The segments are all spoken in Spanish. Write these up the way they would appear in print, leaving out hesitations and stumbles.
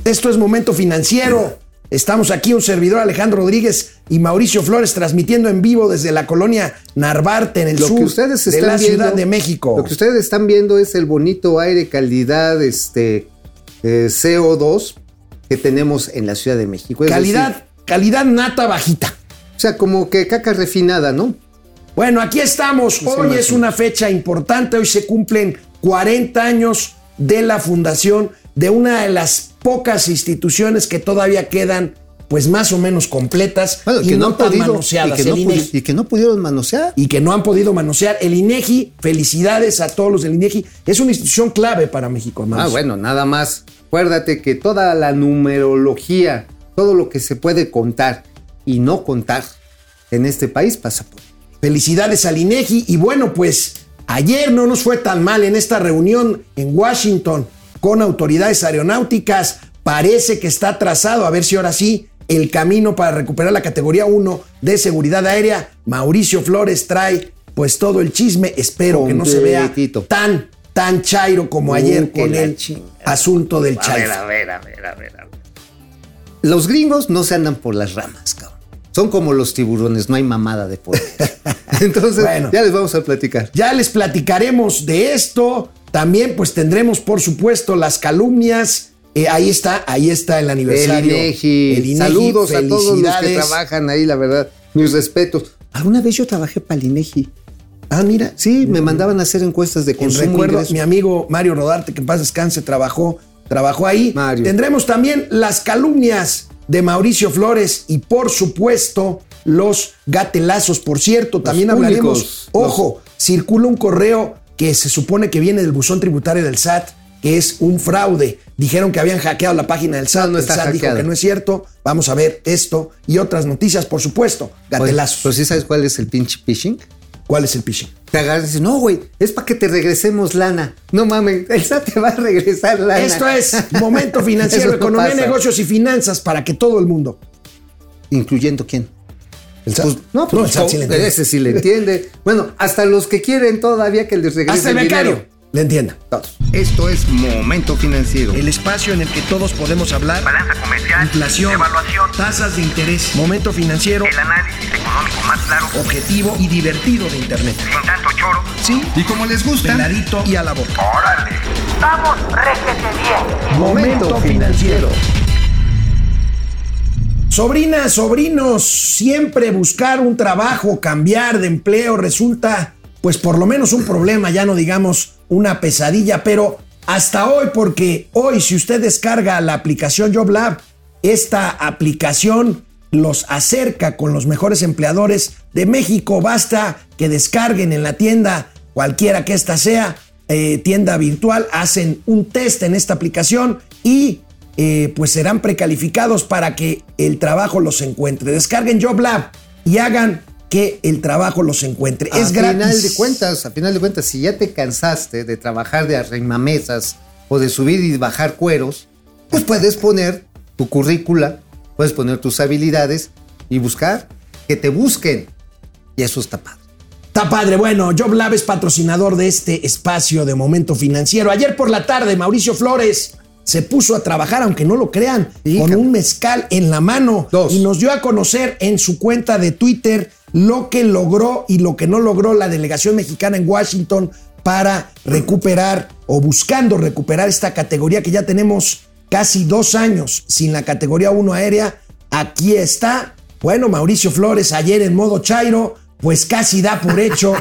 Esto es Momento Financiero. Estamos aquí un servidor Alejandro Rodríguez y Mauricio Flores transmitiendo en vivo desde la colonia Narvarte en el sur de la Ciudad de México. Lo que ustedes están viendo es el bonito aire calidad CO2 que tenemos en la Ciudad de México. Calidad nata bajita. O sea, como que caca refinada, ¿no? Bueno, aquí estamos. Hoy es una fecha importante. Hoy se cumplen 40 años de la fundación de una de las pocas instituciones que todavía quedan pues más o menos completas y que no tan manoseadas. Y que no pudieron manosear. Y que no han podido manosear. El INEGI, felicidades a todos los del INEGI. Es una institución clave para México, hermanos. Bueno, nada más. Acuérdate que toda la numerología, todo lo que se puede contar y no contar en este país pasa por. Felicidades al INEGI. Y bueno, pues ayer no nos fue tan mal en esta reunión en Washington con autoridades aeronáuticas. Parece que está trazado, a ver si ahora sí, el camino para recuperar la categoría 1 de seguridad aérea. Mauricio Flores trae pues todo el chisme. Espero que no se vea tan chairo como ayer con el asunto del chairo. A ver. Los gringos no se andan por las ramas, cabrón. Son como los tiburones, no hay mamada de poder. Entonces, bueno, ya les vamos a platicar. Ya les platicaremos de esto. También pues tendremos, por supuesto, las calumnias. Ahí está el aniversario. El INEGI. Saludos a todos los que trabajan ahí, la verdad. Mis respetos. Alguna vez yo trabajé para el INEGI. Ah, mira. Sí, me mandaban a hacer encuestas de consumo. Recuerdo, mi amigo Mario Rodarte, que en paz descanse, trabajó ahí. Mario. Tendremos también las calumnias de Mauricio Flores y, por supuesto, los gatelazos. Por cierto, también hablaremos. Circula un correo que se supone que viene del buzón tributario del SAT, que es un fraude. Dijeron que habían hackeado la página del SAT. El SAT dijo que no es cierto. Vamos a ver esto y otras noticias, por supuesto. Gatelazos. Pero ¿sí sabes cuál es el pinche phishing? ¿Cuál es el phishing? Te agarras y dices, no, güey, es para que te regresemos lana. No mames, el SAT te va a regresar lana. Esto es Momento Financiero, economía, negocios y finanzas para que todo el mundo. ¿Incluyendo quién? El SAT. El SAT sí le entiende. Ese sí le entiende. Bueno, hasta los que quieren todavía que les regresen. Hasta el becario le entienda. Todos. Esto es Momento Financiero. El espacio en el que todos podemos hablar. Balanza comercial, inflación, evaluación, tasas de interés. Momento Financiero. El análisis económico más claro, objetivo y divertido de Internet. sin tanto choro. Sí. Y como les gusta, Peladito y a la boca. ¡Órale! ¡Vamos, réjete bien! Momento Financiero. Sobrinas, sobrinos, siempre buscar un trabajo, cambiar de empleo resulta, pues por lo menos un problema, ya no digamos una pesadilla, pero hasta hoy, porque hoy si usted descarga la aplicación JobLab, esta aplicación los acerca con los mejores empleadores de México. Basta que descarguen en la tienda, cualquiera que esta sea, tienda virtual, hacen un test en esta aplicación y pues serán precalificados para que el trabajo los encuentre. Descarguen JobLab y hagan que el trabajo los encuentre. Es gratis. A final de cuentas, si ya te cansaste de trabajar de arrimamesas o de subir y bajar cueros, pues puedes poner tu currícula, puedes poner tus habilidades y buscar que te busquen. Y eso está padre. Está padre. Bueno, JobLab es patrocinador de este espacio de Momento Financiero. Ayer por la tarde, Mauricio Flores se puso a trabajar, aunque no lo crean, con un mezcal en la mano. Y nos dio a conocer en su cuenta de Twitter lo que logró y lo que no logró la delegación mexicana en Washington para recuperar o buscando recuperar esta categoría que ya tenemos casi 2 años sin la categoría 1 aérea. Aquí está. Bueno, Mauricio Flores ayer en modo chairo, pues casi da por hecho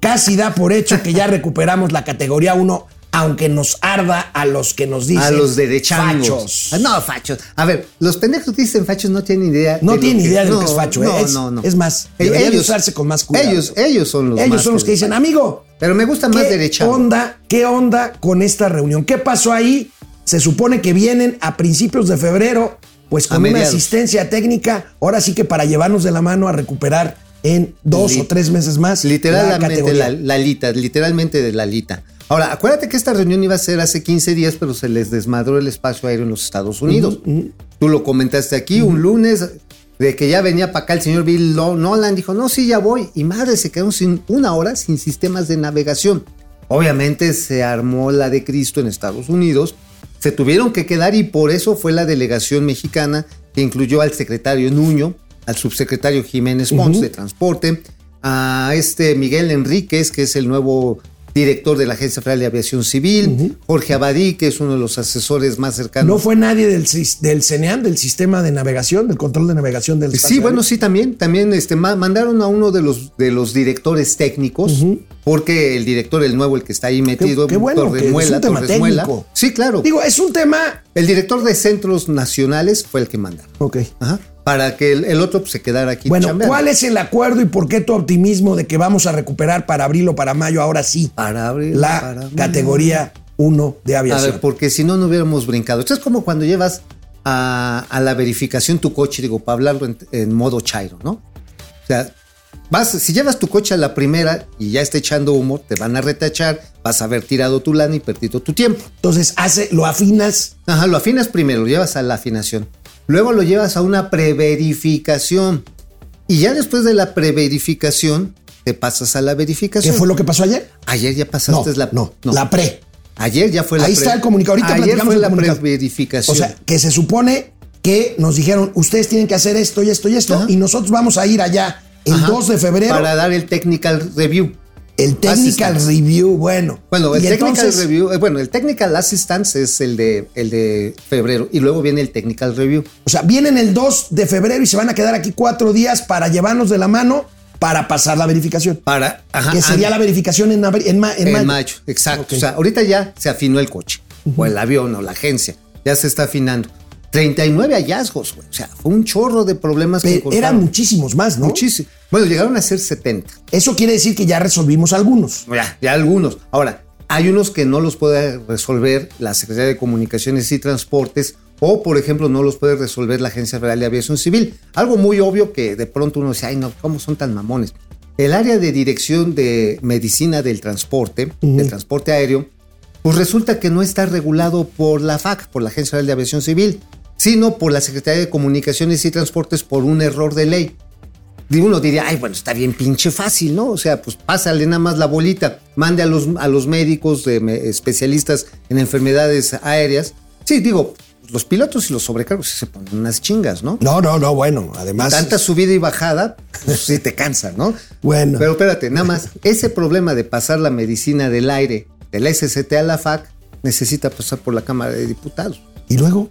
que ya recuperamos la categoría 1, aunque nos arda a los que nos dicen a los derechangos. Fachos. No, fachos. A ver, los pendejos que dicen fachos no tienen idea. No tienen idea de lo que es facho. No. Es más, deberían usarse con más cuidado. Ellos son los Ellos son los que dicen, amigo. Pero me gusta más derechango. ¿Qué onda con esta reunión? ¿Qué pasó ahí? Se supone que vienen a principios de febrero, pues con una asistencia técnica, ahora sí que para llevarnos de la mano a recuperar en 2 o 3 meses más. Literalmente literalmente de la lita. Ahora, acuérdate que esta reunión iba a ser hace 15 días, pero se les desmadró el espacio aéreo en los Estados Unidos. Tú lo comentaste aquí, un lunes, de que ya venía para acá el señor Bill Nolan, dijo, no, sí, ya voy. Y madre, se quedaron sin 1 hora sin sistemas de navegación. Obviamente se armó la de Cristo en Estados Unidos, se tuvieron que quedar y por eso fue la delegación mexicana que incluyó al secretario Nuño, al subsecretario Jiménez Pons de Transporte, a Miguel Enríquez, que es el nuevo director de la Agencia Federal de Aviación Civil, Jorge Abadí, que es uno de los asesores más cercanos. ¿No fue nadie del CNEAM, del sistema de navegación, del control de navegación del espacio? Sí, bueno, sí, también mandaron a uno de los directores técnicos, porque el director, el nuevo, el que está ahí metido, qué bueno, Torremuela, que es un tema técnico. Sí, claro. Digo, es un tema... El director de centros nacionales fue el que mandaron. Ok. Ajá. Para que el otro pues, se quedara aquí. Bueno, chambeando. ¿cuál es el acuerdo y por qué tu optimismo de que vamos a recuperar para abril o para mayo, ahora sí, para abril, la categoría 1 de aviación? A ver, porque si no, no hubiéramos brincado. Esto es como cuando llevas a la verificación tu coche, digo, para hablarlo en modo chairo, ¿no? O sea, si llevas tu coche a la primera y ya está echando humo, te van a retachar, vas a haber tirado tu lana y perdido tu tiempo. Entonces, lo afinas. Ajá, lo afinas primero, lo llevas a la afinación. Luego lo llevas a una preverificación. Y ya después de la preverificación, te pasas a la verificación. ¿Qué fue lo que pasó ayer? Ayer ya pasaste la pre. Ayer ya fue la Ahí está el comunicado. Ahorita ayer platicamos fue la comunicado. preverificación. O sea, que se supone que nos dijeron, ustedes tienen que hacer esto y esto y esto, y nosotros vamos a ir allá el 2 de febrero. Para dar el technical review. El technical review, bueno. Bueno, el technical review, el technical assistance es el de febrero y luego viene el technical review. O sea, vienen el 2 de febrero y se van a quedar aquí 4 días para llevarnos de la mano para pasar la verificación. Que sería la verificación en mayo. Exacto. Okay. O sea, ahorita ya se afinó el coche, o el avión, o la agencia. Ya se está afinando. 39 hallazgos, güey. O sea, fue un chorro de problemas que encontraron. Eran muchísimos más, ¿no? Muchísimos. Bueno, llegaron a ser 70. Eso quiere decir que ya resolvimos algunos. Ya algunos. Ahora, hay unos que no los puede resolver la Secretaría de Comunicaciones y Transportes o, por ejemplo, no los puede resolver la Agencia Federal de Aviación Civil. Algo muy obvio que de pronto uno dice, ay, no, ¿cómo son tan mamones? El área de dirección de medicina del transporte, del transporte aéreo, pues resulta que no está regulado por la FAC, por la Agencia Federal de Aviación Civil, sino por la Secretaría de Comunicaciones y Transportes por un error de ley. Y uno diría, ay, bueno, está bien pinche fácil, ¿no? O sea, pues pásale nada más la bolita, mande a los médicos especialistas en enfermedades aéreas. Sí, digo, los pilotos y los sobrecargos se ponen unas chingas, ¿no? No, bueno, además... Tanta subida y bajada, pues sí te cansa, ¿no? Bueno. Pero espérate, nada más, ese problema de pasar la medicina del aire, de la SCT a la FAC, necesita pasar por la Cámara de Diputados. ¿Y luego?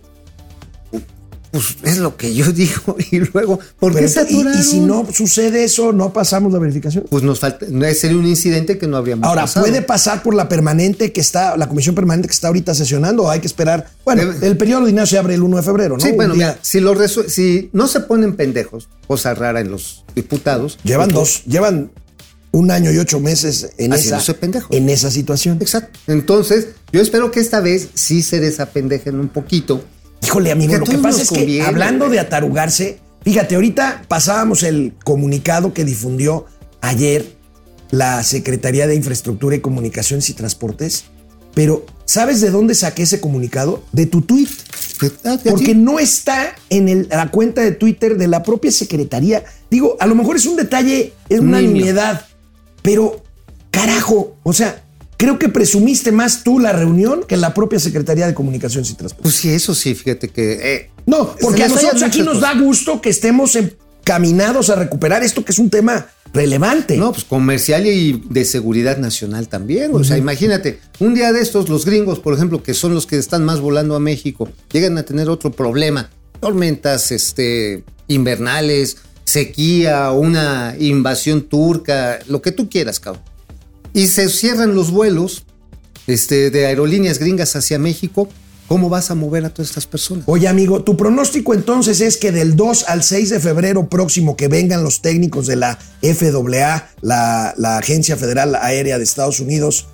Pues es lo que yo digo. Y luego, ¿por qué saturaron? Y si no sucede eso, ¿no pasamos la verificación? Pues nos falta, sería un incidente que no habríamos Ahora, pasado. ¿puede pasar por la comisión permanente que está ahorita sesionando o hay que esperar? Bueno, el periodo ordinario se abre el 1 de febrero, ¿no? Sí, bueno, mira, si no se ponen pendejos, cosa rara en los diputados. Llevan 1 año y 8 meses en esa situación. Exacto. Entonces, yo espero que esta vez sí se desapendejen un poquito. Híjole, amigo, lo que pasa es que hablando de atarugarse, fíjate, ahorita pasábamos el comunicado que difundió ayer la Secretaría de Infraestructura y Comunicaciones y Transportes, pero ¿sabes de dónde saqué ese comunicado? De tu tweet. Porque no está en la cuenta de Twitter de la propia Secretaría. Digo, a lo mejor es un detalle, es una nimiedad, pero carajo, o sea, creo que presumiste más tú la reunión que la propia Secretaría de Comunicaciones y Transportes. Pues sí, eso sí, fíjate que... no, porque a nosotros aquí nos da gusto que estemos encaminados a recuperar esto que es un tema relevante. No, pues comercial y de seguridad nacional también. O sea, imagínate, un día de estos, los gringos, por ejemplo, que son los que están más volando a México, llegan a tener otro problema. Tormentas invernales, sequía, una invasión turca, lo que tú quieras, cabrón. Y se cierran los vuelos de aerolíneas gringas hacia México. ¿Cómo vas a mover a todas estas personas? Oye, amigo, tu pronóstico entonces es que del 2 al 6 de febrero próximo que vengan los técnicos de la FAA, la Agencia Federal Aérea de Estados Unidos,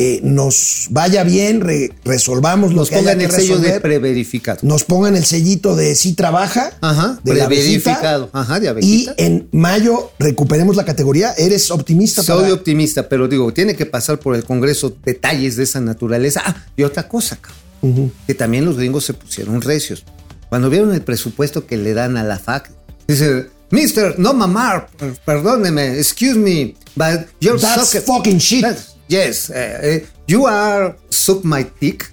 nos vaya bien, resolvamos lo que haya que resolver. Nos pongan el sello de preverificado. Nos pongan el sellito de sí trabaja. Ajá, de preverificado. Ajá, de abejita. Y en mayo recuperemos la categoría. ¿Eres optimista? Soy optimista, pero digo, tiene que pasar por el Congreso detalles de esa naturaleza. Y otra cosa, cabrón, que también los gringos se pusieron recios. Cuando vieron el presupuesto que le dan a la FAC, dice... Mister, no mamar, perdóneme, excuse me, but you're That's fucking shit. Yes, you are suck my dick,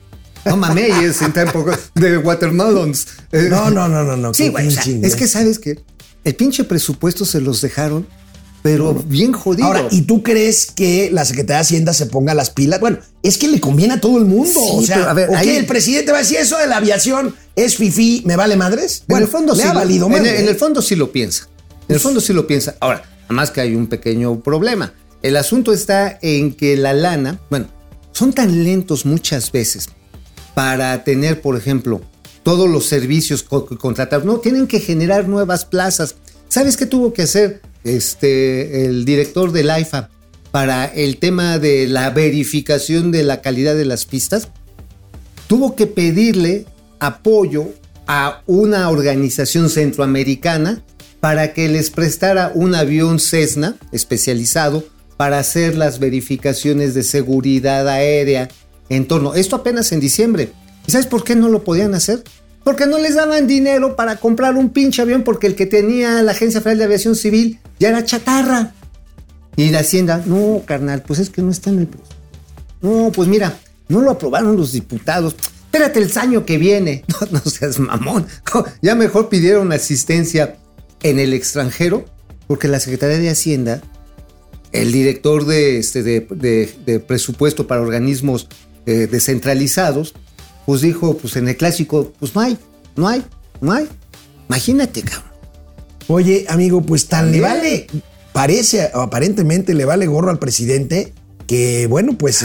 No mames, en tiempo de watermelons. No. Sí, güey, o sea, es que sabes que el pinche presupuesto se los dejaron, pero bien jodido. Ahora, ¿y tú crees que la Secretaría de Hacienda se ponga las pilas? Bueno, es que le conviene a todo el mundo. Sí, o sea, pero, a ver, ¿o ahí... qué? ¿El presidente va a decir eso de la aviación es fifí, me vale madres? Bueno, en el fondo le sí ha valido madre. en el fondo sí lo piensa. En el fondo sí lo piensa. Ahora, además que hay un pequeño problema. El asunto está en que la lana, bueno, son tan lentos muchas veces para tener, por ejemplo, todos los servicios contratados. No, tienen que generar nuevas plazas. ¿Sabes qué tuvo que hacer el director del AIFA para el tema de la verificación de la calidad de las pistas? Tuvo que pedirle apoyo a una organización centroamericana para que les prestara un avión Cessna especializado para hacer las verificaciones de seguridad aérea en torno. Esto apenas en diciembre. ¿Y sabes por qué no lo podían hacer? Porque no les daban dinero para comprar un pinche avión, porque el que tenía la Agencia Federal de Aviación Civil ya era chatarra. Y la Hacienda, no, carnal, pues es que no está en el... No, pues mira, no lo aprobaron los diputados. Espérate el año que viene. No seas mamón. Ya mejor pidieron asistencia en el extranjero, porque la Secretaría de Hacienda, el director de presupuesto para organismos descentralizados, pues dijo, pues en el clásico, pues no hay. Imagínate, cabrón. Oye, amigo, pues tan le vale, parece, o aparentemente le vale gorro al presidente, que bueno, pues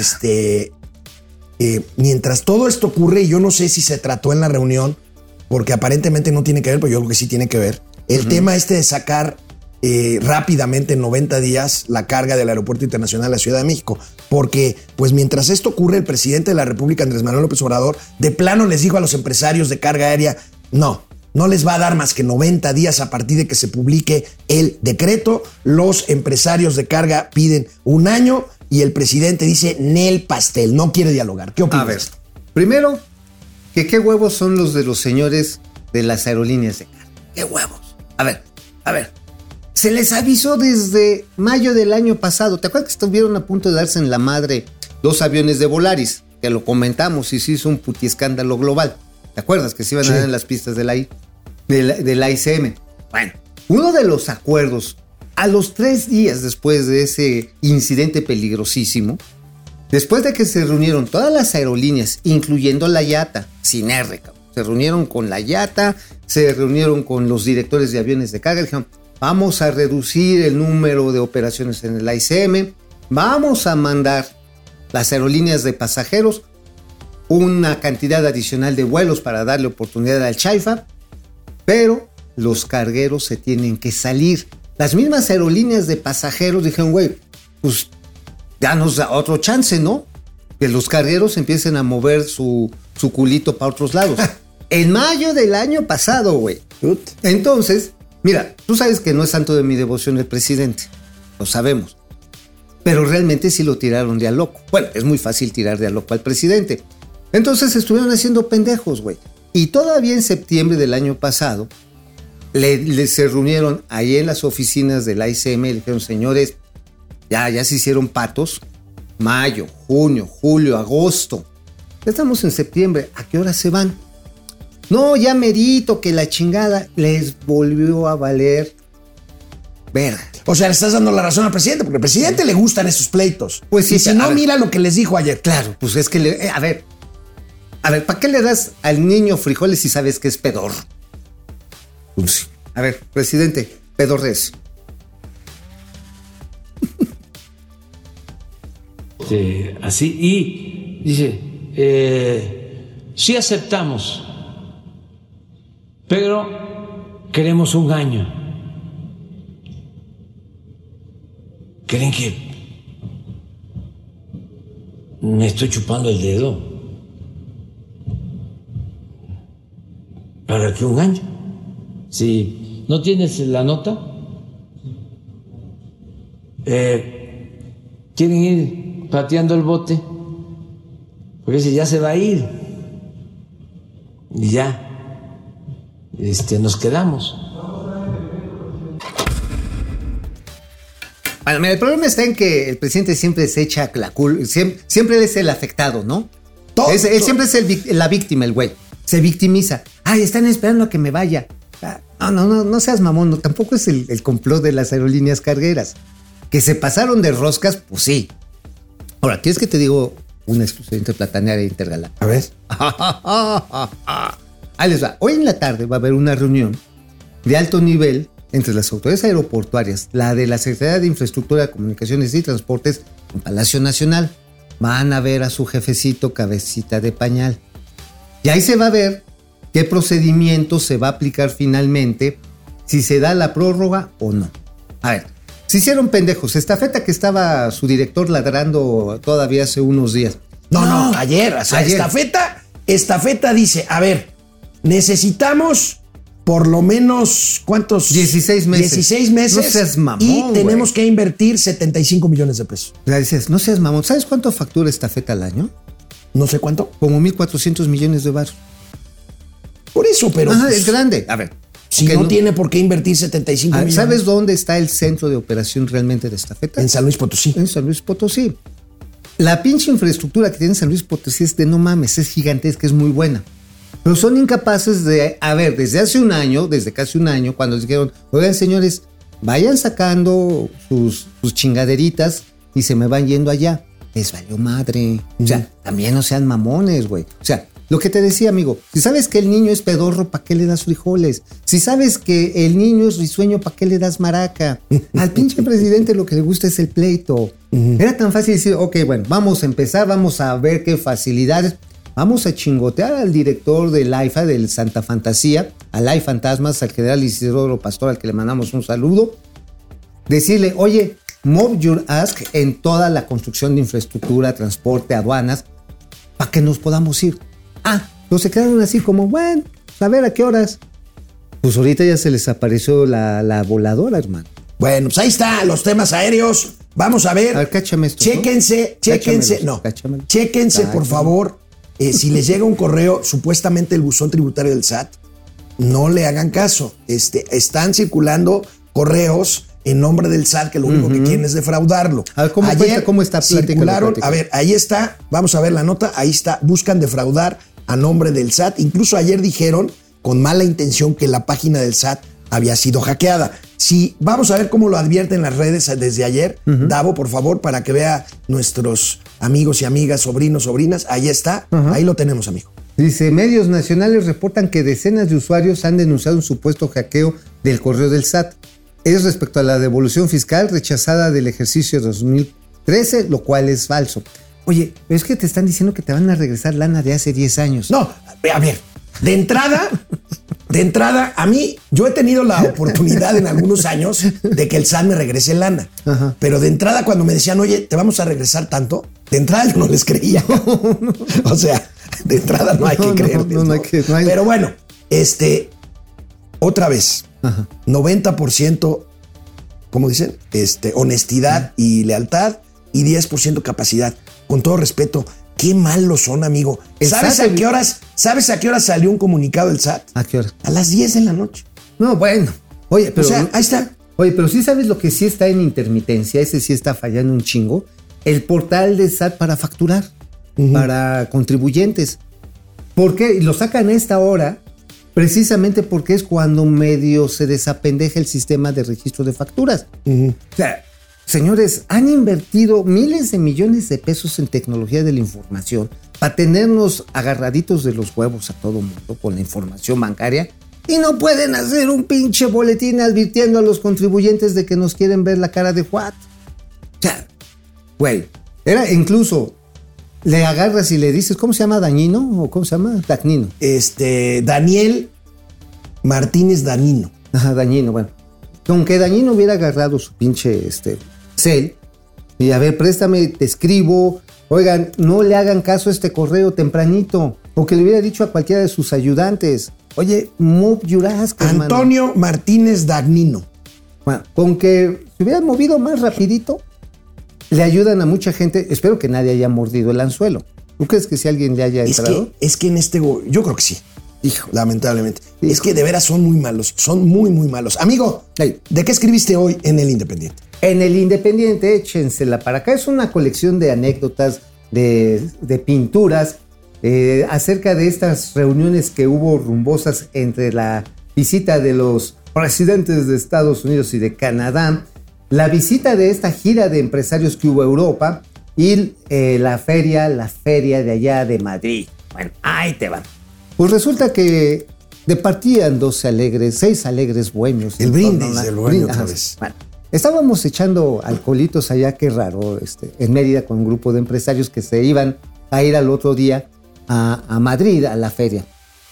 mientras todo esto ocurre, y yo no sé si se trató en la reunión, porque aparentemente no tiene que ver, pero yo creo que sí tiene que ver, el tema de sacar rápidamente en 90 días la carga del Aeropuerto Internacional de la Ciudad de México, porque pues mientras esto ocurre, el presidente de la República, Andrés Manuel López Obrador, de plano les dijo a los empresarios de carga aérea, no les va a dar más que 90 días a partir de que se publique el decreto. Los empresarios de carga piden un año y el presidente dice Nel pastel, no quiere dialogar. ¿Qué opinas? A ver, primero, que qué huevos son los de los señores de las aerolíneas de carga. ¿Qué huevos? A ver. Se les avisó desde mayo del año pasado. ¿Te acuerdas que estuvieron a punto de darse en la madre 2 aviones de Volaris? Que lo comentamos y se hizo un putiescándalo global. ¿Te acuerdas que se iban a dar en las pistas de la ICM? Bueno, uno de los acuerdos, a los 3 días después de ese incidente peligrosísimo, después de que se reunieron todas las aerolíneas, incluyendo la IATA, sin R, cabrón. Se reunieron con la IATA, se reunieron con los directores de aviones de carga, dijeron, vamos a reducir el número de operaciones en el ICM, vamos a mandar las aerolíneas de pasajeros una cantidad adicional de vuelos para darle oportunidad al Chaifa, pero los cargueros se tienen que salir. Las mismas aerolíneas de pasajeros dijeron, güey, pues danos otro chance, ¿no? Que los cargueros empiecen a mover su culito para otros lados. En mayo del año pasado, güey. Entonces, mira, tú sabes que no es santo de mi devoción el presidente, lo sabemos, pero realmente sí lo tiraron de a loco. Bueno, es muy fácil tirar de a loco al presidente. Entonces estuvieron haciendo pendejos, güey. Y todavía en septiembre del año pasado, se reunieron ahí en las oficinas del ICM y le dijeron, señores, ya se hicieron patos. Mayo, junio, julio, agosto. Ya estamos en septiembre. ¿A qué hora se van? No, ya merito que la chingada. Les volvió a valer verga. O sea, le estás dando la razón al presidente, porque al presidente le gustan esos pleitos. Pues sí, y si no, mira lo que les dijo ayer. Claro, pues es que a ver, ¿para qué le das al niño frijoles si sabes que es pedorro? Pues, a ver, presidente, pedorres. Así, y dice, sí aceptamos, pero queremos un año. ¿Creen que me estoy chupando el dedo? ¿Para qué un año? Si no tienes la nota, quieren ir pateando el bote, porque si ya se va a ir y ya nos quedamos. Bueno, mira, el problema está en que el presidente siempre se echa la culpa, siempre él es el afectado, ¿no? Él siempre es la víctima, el güey. Se victimiza. Ay, están esperando a que me vaya. No seas mamón. No, tampoco es el complot de las aerolíneas cargueras. Que se pasaron de roscas, pues sí. Ahora, ¿quieres que te digo una exclusión interplanetaria e intergaláctica? A ver. Ahí les va. Hoy en la tarde va a haber una reunión de alto nivel entre las autoridades aeroportuarias, la de la Secretaría de Infraestructura, Comunicaciones y Transportes en Palacio Nacional. Van a ver a su jefecito cabecita de pañal. Y ahí se va a ver qué procedimiento se va a aplicar finalmente, si se da la prórroga o no. A ver, se hicieron pendejos. Estafeta, que estaba su director ladrando todavía hace unos días. No, ayer. O sea, ayer. Estafeta dice, a ver, necesitamos por lo menos, ¿cuántos? 16 meses. 16 meses. No seas mamón, y tenemos que invertir 75 millones de pesos. Le dices, no seas mamón. ¿Sabes cuánto factura Estafeta al año? No sé cuánto. Como 1,400 millones de baros. Por eso, pero... Pues, es grande. A ver. Si no tiene por qué invertir 75 millones. ¿Sabes dónde está el centro de operación realmente de Estafeta? En San Luis Potosí. En San Luis Potosí. La pinche infraestructura que tiene San Luis Potosí es de no mames, es gigantesca, es muy buena. Pero son incapaces de... A ver, desde casi un año, cuando les dijeron, oigan, señores, vayan sacando sus chingaderitas y se me van yendo allá. Les valió madre. O sea, también no sean mamones, güey. O sea, lo que te decía, amigo, si sabes que el niño es pedorro, ¿para qué le das frijoles? Si sabes que el niño es risueño, ¿para qué le das maraca? Al pinche presidente lo que le gusta es el pleito. Era tan fácil decir, ok, bueno, vamos a empezar, vamos a ver qué facilidades. Vamos a chingotear al director del AIFA, del Santa Fantasía, al AIFA Fantasmas, al general Isidoro Pastor, al que le mandamos un saludo. Decirle, oye, move your ask en toda la construcción de infraestructura, transporte, aduanas, para que nos podamos ir. Pues se quedaron así como, bueno, a ver a qué horas. Pues ahorita ya se les apareció la voladora, hermano. Bueno, pues ahí está, los temas aéreos. Vamos a ver. A ver, cáchame esto. Chéquense, por favor. Si les llega un correo, supuestamente el buzón tributario del SAT, no le hagan caso. Están circulando correos en nombre del SAT que lo único que quieren es defraudarlo. A ver, ¿cómo está? Circularon, a ver, ahí está, vamos a ver la nota, ahí está, buscan defraudar a nombre del SAT. Incluso ayer dijeron, con mala intención, que la página del SAT había sido hackeada. Sí, vamos a ver cómo lo advierten las redes desde ayer. Davo, por favor, para que vea nuestros amigos y amigas, sobrinos, sobrinas. Ahí está, ahí lo tenemos, amigo. Dice, medios nacionales reportan que decenas de usuarios han denunciado un supuesto hackeo del correo del SAT. Es respecto a la devolución fiscal rechazada del ejercicio 2013, lo cual es falso. Oye, pero es que te están diciendo que te van a regresar lana de hace 10 años. No, a ver, de entrada, a mí, yo he tenido la oportunidad en algunos años de que el SAT me regrese lana. Pero de entrada, cuando me decían, oye, ¿te vamos a regresar tanto? De entrada yo no les creía. O sea, de entrada no hay que creerles. No hay. Pero bueno, otra vez, 90%, ¿cómo dicen? Honestidad y lealtad y 10% capacidad. Con todo respeto, qué malos son, amigo. ¿Sabes a qué horas salió un comunicado del SAT? ¿A qué hora? A las 10 de la noche. No, bueno. Oye, pero... O sea, ahí está. Oye, pero sí sabes lo que sí está en intermitencia, ese sí está fallando un chingo. El portal de SAT para facturar, para contribuyentes. ¿Por qué? Lo sacan a esta hora, precisamente porque es cuando medio se desapendeja el sistema de registro de facturas. O sea, señores, han invertido miles de millones de pesos en tecnología de la información para tenernos agarraditos de los huevos a todo mundo con la información bancaria y no pueden hacer un pinche boletín advirtiendo a los contribuyentes de que nos quieren ver la cara de what. O sea, güey, era incluso le agarras y le dices, ¿cómo se llama? ¿Dañino? ¿O cómo se llama? Dagnino. Daniel Martínez Dañino. Ajá, Dañino, bueno. Aunque Dañino hubiera agarrado su pinche cel y a ver, préstame, te escribo, oigan, no le hagan caso a este correo tempranito, o que le hubiera dicho a cualquiera de sus ayudantes, oye, move your ask, Antonio hermano. Martínez Dagnino. Bueno, con que se hubieran movido más rapidito, le ayudan a mucha gente. Espero que nadie haya mordido el anzuelo. ¿Tú crees que si alguien le haya entrado? Es que en yo creo que sí. Hijo. Lamentablemente. Hijo. Es que de veras son muy malos. Son muy, muy malos. Amigo, ¿de qué escribiste hoy en El Independiente? En El Independiente, échensela para acá. Es una colección de anécdotas, de pinturas acerca de estas reuniones que hubo rumbosas entre la visita de los presidentes de Estados Unidos y de Canadá, la visita de esta gira de empresarios que hubo a Europa y la feria de allá de Madrid. Bueno, ahí te van. Pues resulta que departían 6 alegres bohemios. El brindis del bohemio otra vez. Bueno, estábamos echando alcoholitos allá, qué raro, en Mérida con un grupo de empresarios que se iban a ir al otro día a Madrid, a la feria.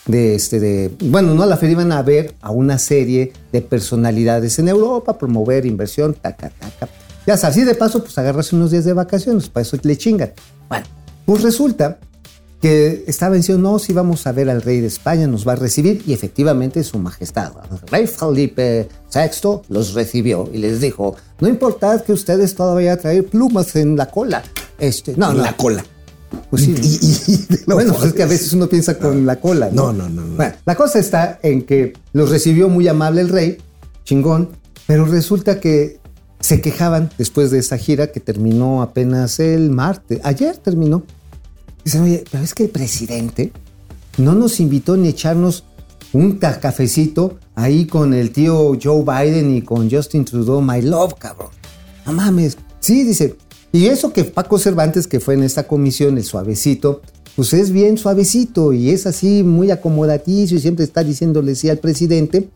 Bueno, no a la feria, iban a ver a una serie de personalidades en Europa, promover inversión, taca. Ya sabes, así de paso, pues agarrarse unos días de vacaciones, para eso le chingan. Bueno, pues resulta que estaba diciendo, no, si vamos a ver al rey de España, nos va a recibir, y efectivamente su majestad, el rey Felipe VI, los recibió y les dijo, no importa que ustedes todavía traer plumas en la cola. En la cola. Pues sí. Bueno, pues es que a veces uno piensa con la cola, ¿no? No. Bueno, la cosa está en que los recibió muy amable el rey, chingón, pero resulta que se quejaban después de esa gira que terminó apenas el martes. Ayer terminó. Dicen, oye, pero es que el presidente no nos invitó ni a echarnos un cafecito ahí con el tío Joe Biden y con Justin Trudeau, my love, cabrón. No mames. Sí, dice. Y eso que Paco Cervantes, que fue en esta comisión, el suavecito, pues es bien suavecito y es así muy acomodaticio y siempre está diciéndole sí al presidente.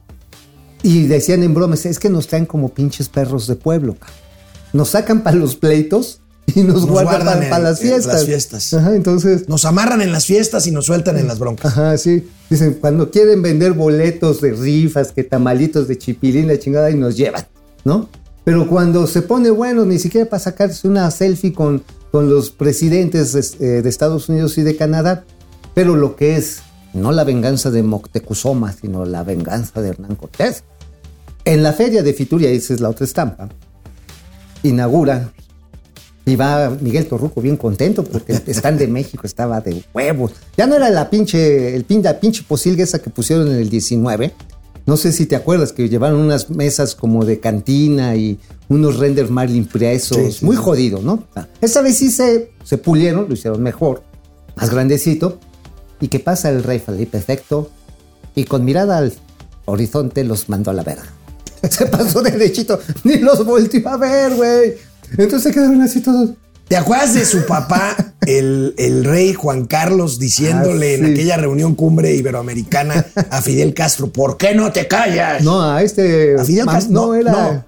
Y decían en bromas, es que nos traen como pinches perros de pueblo, cabrón. Nos sacan para los pleitos y nos guardan para las fiestas. Ajá, entonces nos amarran en las fiestas y nos sueltan en las broncas. Ajá, sí. Dicen, cuando quieren vender boletos de rifas, que tamalitos de chipilín, la chingada, y nos llevan, ¿no? Pero cuando se pone bueno, ni siquiera para sacarse una selfie con los presidentes de Estados Unidos y de Canadá, pero lo que es, no la venganza de Moctezuma, sino la venganza de Hernán Cortés. En la feria de Fitur, y esa es la otra estampa, inauguran, y va Miguel Torruco bien contento porque el stand de México estaba de huevos. Ya no era la pinche posilga esa que pusieron en el 19. No sé si te acuerdas que llevaron unas mesas como de cantina y unos renders mal impresos, muy jodido, ¿no? Esta vez sí se pulieron, lo hicieron mejor, más grandecito. ¿Y qué pasa? El rey Felipe VI, y con mirada al horizonte los mandó a la verga. Se pasó derechito, ni los volteó a ver, güey. Entonces se quedaron así todos. ¿Te acuerdas de su papá, el rey Juan Carlos, diciéndole en aquella reunión cumbre iberoamericana a Fidel Castro, ¿por qué no te callas? No, a Fidel Castro. Era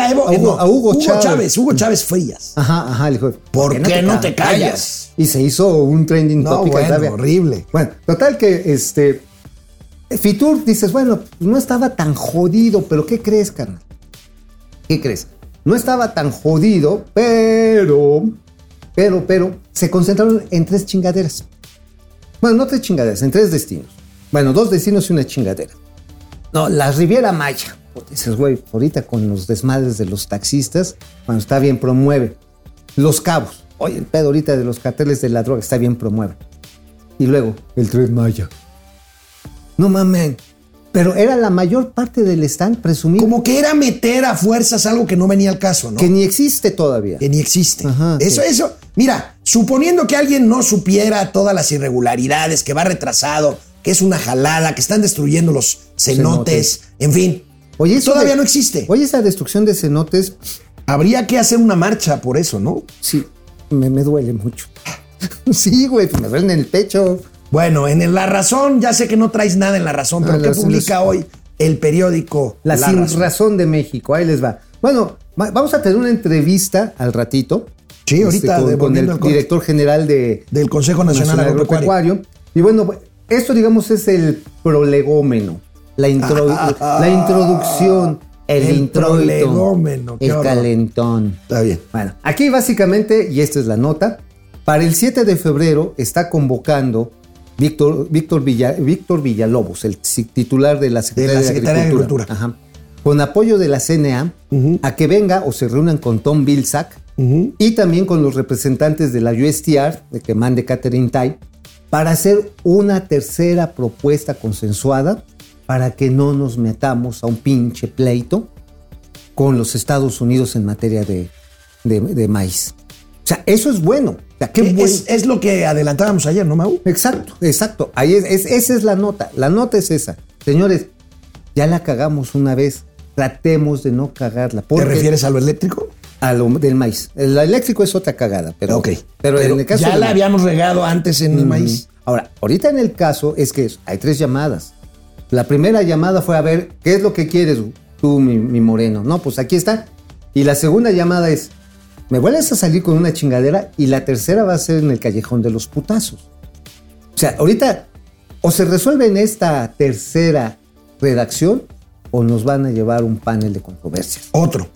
Hugo Chávez Frías. Ajá, le dijo, ¿por qué no te callas? Y se hizo un trending topic. Bueno, horrible. Bueno, total que Fitur, dices, bueno, no estaba tan jodido, pero ¿qué crees, carnal? ¿Qué crees? No estaba tan jodido, pero se concentraron en 3 chingaderas. Bueno, no 3 chingaderas, en 3 destinos. Bueno, 2 destinos y una chingadera. No, la Riviera Maya. Dices, güey, ahorita con los desmadres de los taxistas, cuando está bien, promueve. Los Cabos. Oye, el pedo ahorita de los carteles de la droga, está bien, promueve. Y luego, el Tren Maya. No mames. Pero era la mayor parte del stand presumido. Como que era meter a fuerzas algo que no venía al caso, ¿no? Que ni existe todavía. Que ni existe. Ajá, eso. Mira, suponiendo que alguien no supiera todas las irregularidades, que va retrasado, que es una jalada, que están destruyendo los cenotes, en fin. Oye, todavía no existe. Oye, esa destrucción de cenotes. Habría que hacer una marcha por eso, ¿no? Sí, me duele mucho. Sí, güey, pues me duele en el pecho. Bueno, en La Razón, ya sé que no traes nada en La Razón, pero ¿qué publica hoy el periódico La Sin Razón de México? Ahí les va. Bueno, vamos a tener una entrevista al ratito. Sí, ahorita con el director general del Consejo Nacional Agropecuario. Y bueno, esto digamos es el prolegómeno, la introducción, el introito, el calentón. Está bien. Bueno, aquí básicamente, y esta es la nota, para el 7 de febrero está convocando Víctor Villalobos, el titular de la Secretaría de Agricultura. Ajá. Con apoyo de la CNA, a que venga o se reúnan con Tom Vilsack y también con los representantes de la USTR, de que mande Catherine Tai, para hacer una tercera propuesta consensuada para que no nos metamos a un pinche pleito con los Estados Unidos en materia de maíz. O sea, eso es bueno. O sea, qué bueno. Es lo que adelantábamos ayer, ¿no, Mau? Exacto. Ahí esa es la nota. La nota es esa. Señores, ya la cagamos una vez. Tratemos de no cagarla. ¿Te refieres a lo eléctrico? A lo del maíz. El eléctrico es otra cagada, pero en el caso ya la habíamos regado antes en el maíz. Ahora, ahorita en el caso es que hay 3 llamadas. La primera llamada fue a ver, ¿qué es lo que quieres tú, mi moreno? No, pues aquí está. Y la segunda llamada es, me vuelves a salir con una chingadera, y la tercera va a ser en el callejón de los putazos. O sea, ahorita o se resuelve en esta tercera redacción o nos van a llevar un panel de controversias. Otro.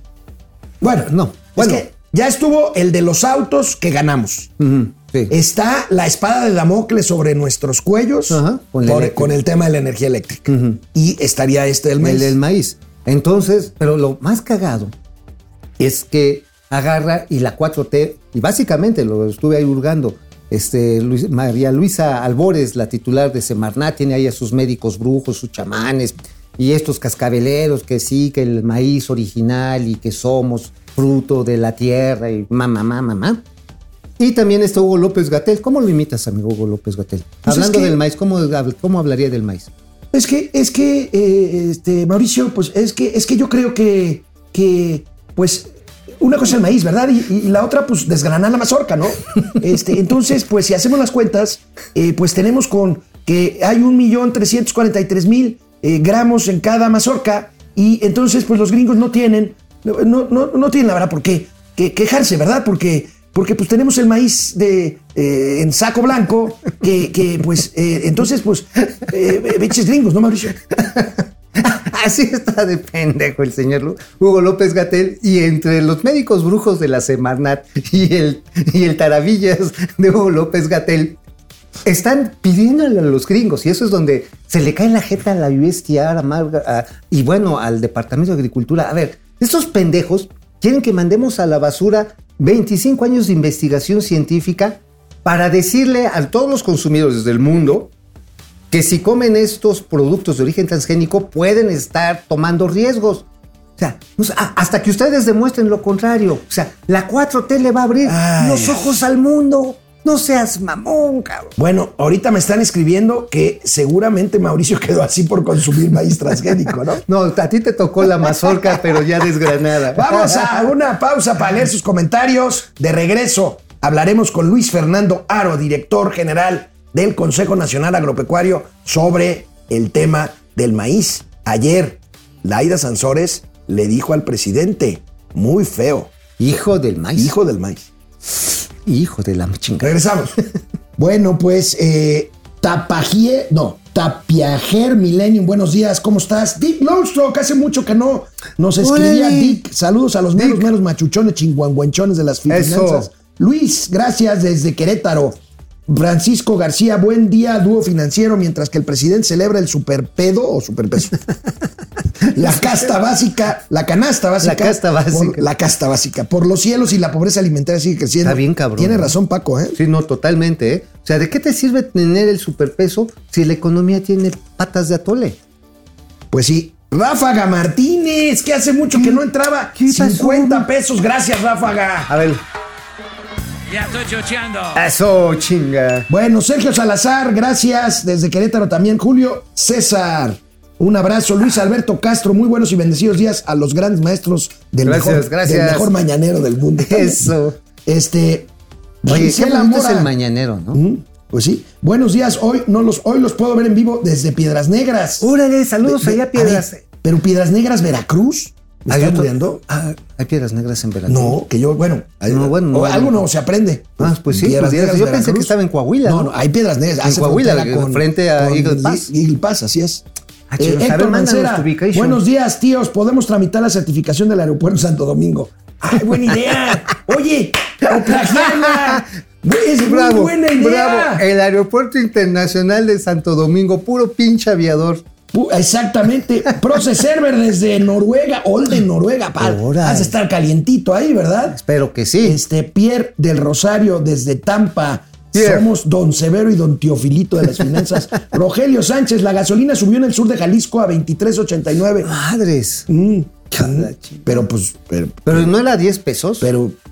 Bueno, es que ya estuvo el de los autos que ganamos. Sí. Está la espada de Damocles sobre nuestros cuellos con el tema de la energía eléctrica. Y estaría del maíz. El del maíz. Entonces, pero lo más cagado es que agarra y la 4T, y básicamente lo estuve ahí hurgando, María Luisa Albores, la titular de Semarnat, tiene ahí a sus médicos brujos, sus chamanes, y estos cascabeleros que sí, que el maíz original y que somos fruto de la tierra y mamá. Y también está Hugo López-Gatell. ¿Cómo lo imitas, amigo Hugo López-Gatell? Pues hablando del maíz, ¿cómo hablaría del maíz? Es que Mauricio, pues es que yo creo que pues una cosa es el maíz, ¿verdad? Y la otra, pues desgranar la mazorca, ¿no? Entonces, pues si hacemos las cuentas, pues tenemos con que hay 1,343,000 gramos en cada mazorca, y entonces, pues los gringos no tienen la verdad por qué quejarse, ¿verdad? Porque pues tenemos el maíz en saco blanco, que pues, entonces, pues, biches gringos, ¿no, Mauricio? Así está de pendejo el señor Hugo López-Gatell, y entre los médicos brujos de la Semarnat y el taravillas de Hugo López-Gatell están pidiéndole a los gringos, y eso es donde se le cae la jeta a la USDA y bueno, al Departamento de Agricultura. A ver, estos pendejos quieren que mandemos a la basura 25 años de investigación científica para decirle a todos los consumidores del mundo que si comen estos productos de origen transgénico pueden estar tomando riesgos. O sea, hasta que ustedes demuestren lo contrario. O sea, la 4T le va a abrir los ojos al mundo. No seas mamón, cabrón. Bueno, ahorita me están escribiendo que seguramente Mauricio quedó así por consumir maíz transgénico, ¿no? No, a ti te tocó la mazorca, pero ya desgranada. Vamos a una pausa para leer sus comentarios. De regreso, hablaremos con Luis Fernando Haro, director general del Consejo Nacional Agropecuario, sobre el tema del maíz. Ayer, Laida Sansores le dijo al presidente, muy feo. Hijo del maíz. Hijo del maíz. Hijo de la chingada. Regresamos. Bueno, pues, Tapiajer Millennium, buenos días, ¿cómo estás? Dick Lowstroke, hace mucho que no nos escribía. Dick, saludos a los meros machuchones, chinguanguenchones de las finanzas. Luis, gracias desde Querétaro. Francisco García, buen día, dúo financiero, mientras que el presidente celebra el superpedo o superpeso. La casta básica. La casta básica. Por los cielos y la pobreza alimentaria sigue creciendo. Está bien, cabrón. Tiene razón, Paco, ¿eh? Sí, no, totalmente, ¿eh? O sea, ¿de qué te sirve tener el superpeso si la economía tiene patas de atole? Pues sí. Ráfaga Martínez, que hace mucho que no entraba. 50 pesos. Gracias, Ráfaga. A ver. Ya estoy chocheando. Eso, chinga. Bueno, Sergio Salazar, gracias. Desde Querétaro también. Julio César, un abrazo. Luis Alberto Castro, muy buenos y bendecidos días a los grandes maestros del mejor mañanero del mundo. Eso. Oye, qué bonito es el mañanero, ¿no? Pues sí. Buenos días. Hoy los puedo ver en vivo desde Piedras Negras. Órale, saludos allá a Piedras. Pero Piedras Negras, Veracruz. ¿Me están muriendo? ¿Hay Piedras Negras en Veracruz? No, que yo, algo no se aprende. Pues sí, Piedras Negras, yo pensé que estaba en Coahuila. No, hay Piedras Negras. En Coahuila, frente a Eagle Pass. Eagle Pass, así es. Héctor Mancera, buenos días, tíos. ¿Podemos tramitar la certificación del aeropuerto Santo Domingo? ¡Ay, buena idea! Oye, Oklahoma. Es muy buena idea. Bravo, el aeropuerto internacional de Santo Domingo, puro pinche aviador. Exactamente. Process Server desde Noruega, Olden, Noruega. Vas a estar calientito ahí, ¿verdad? Espero que sí. Pierre del Rosario desde Tampa. Pierre. Somos Don Severo y Don Teofilito de las finanzas. Rogelio Sánchez, la gasolina subió en el sur de Jalisco a 23.89. Madres. Pero no era 10 pesos. Pero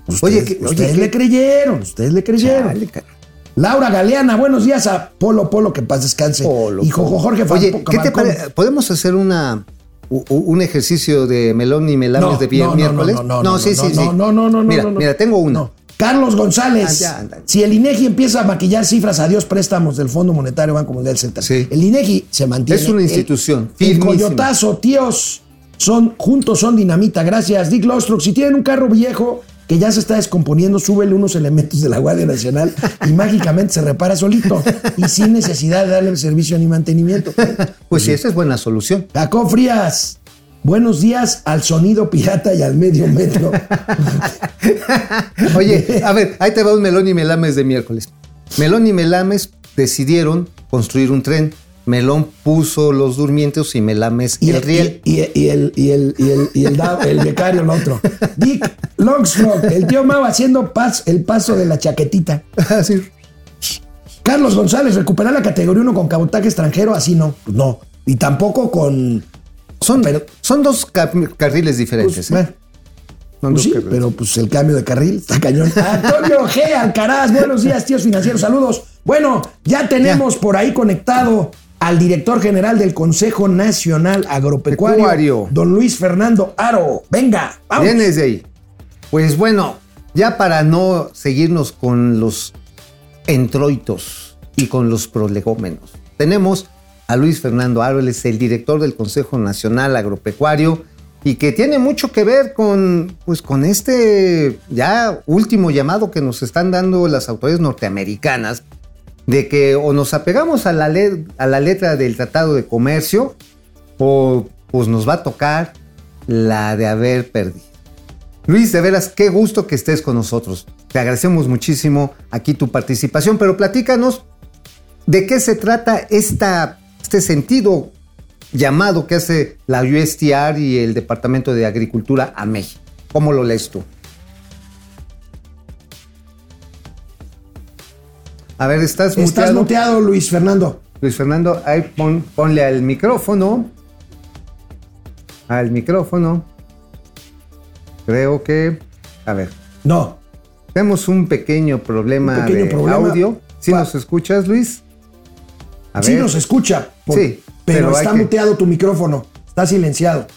Ustedes le creyeron. Chale, Laura Galeana, buenos días a Polo, que paz descanse. Y Jorge Oye, Falcón. ¿qué te parece? ¿Podemos hacer un ejercicio de melón y melames de miércoles? No. Mira, tengo una. No. Carlos González, si el INEGI empieza a maquillar cifras, adiós préstamos del Fondo Monetario Banco Mundial Central. Sí. El INEGI se mantiene. Es una institución El firmísima. coyotazo, tíos, juntos son dinamita. Gracias, Dick Lostruck. Si tienen un carro viejo que ya se está descomponiendo, súbele unos elementos de la Guardia Nacional y mágicamente se repara solito y sin necesidad de darle servicio ni mantenimiento. Pues sí, esa es buena solución. Jacob Frías, buenos días al sonido pirata y al medio metro. Oye, a ver, ahí te va un melón y melames de miércoles. Melón y melames decidieron construir un tren. Melón puso los durmientes y melames el riel. Y el becario, el otro. Dick Longslock, el tío Mau haciendo el paso de la chaquetita. Así. Carlos González, recuperar la categoría 1 con cabotaje extranjero, así no. No. Y tampoco con... Son dos carriles diferentes. Pues, Son dos sí, carriles. pero pues el cambio de carril está cañón. Antonio G. Alcaraz, buenos días, tíos financieros, saludos. Bueno, ya tenemos por ahí conectado al director general del Consejo Nacional Agropecuario, don Luis Fernando Aro. Venga, vamos. Vienes de ahí. Pues bueno, ya para no seguirnos con los entroitos y con los prolegómenos, tenemos a Luis Fernando Aro. Él es el director del Consejo Nacional Agropecuario y que tiene mucho que ver con este ya último llamado que nos están dando las autoridades norteamericanas de que o nos apegamos a la letra del Tratado de Comercio o pues nos va a tocar la de haber perdido. Luis, de veras, qué gusto que estés con nosotros. Te agradecemos muchísimo aquí tu participación, pero platícanos de qué se trata este sentido llamado que hace la USTR y el Departamento de Agricultura a México. ¿Cómo lo lees tú? A ver, ¿estás muteado? Estás muteado, Luis Fernando. Luis Fernando, ahí ponle al micrófono. Al micrófono. Creo que... A ver. No. Tenemos un pequeño problema de audio. ¿Sí nos escuchas, Luis? A sí ver. nos escucha. Sí. Pero está muteado tu micrófono. Está silenciado.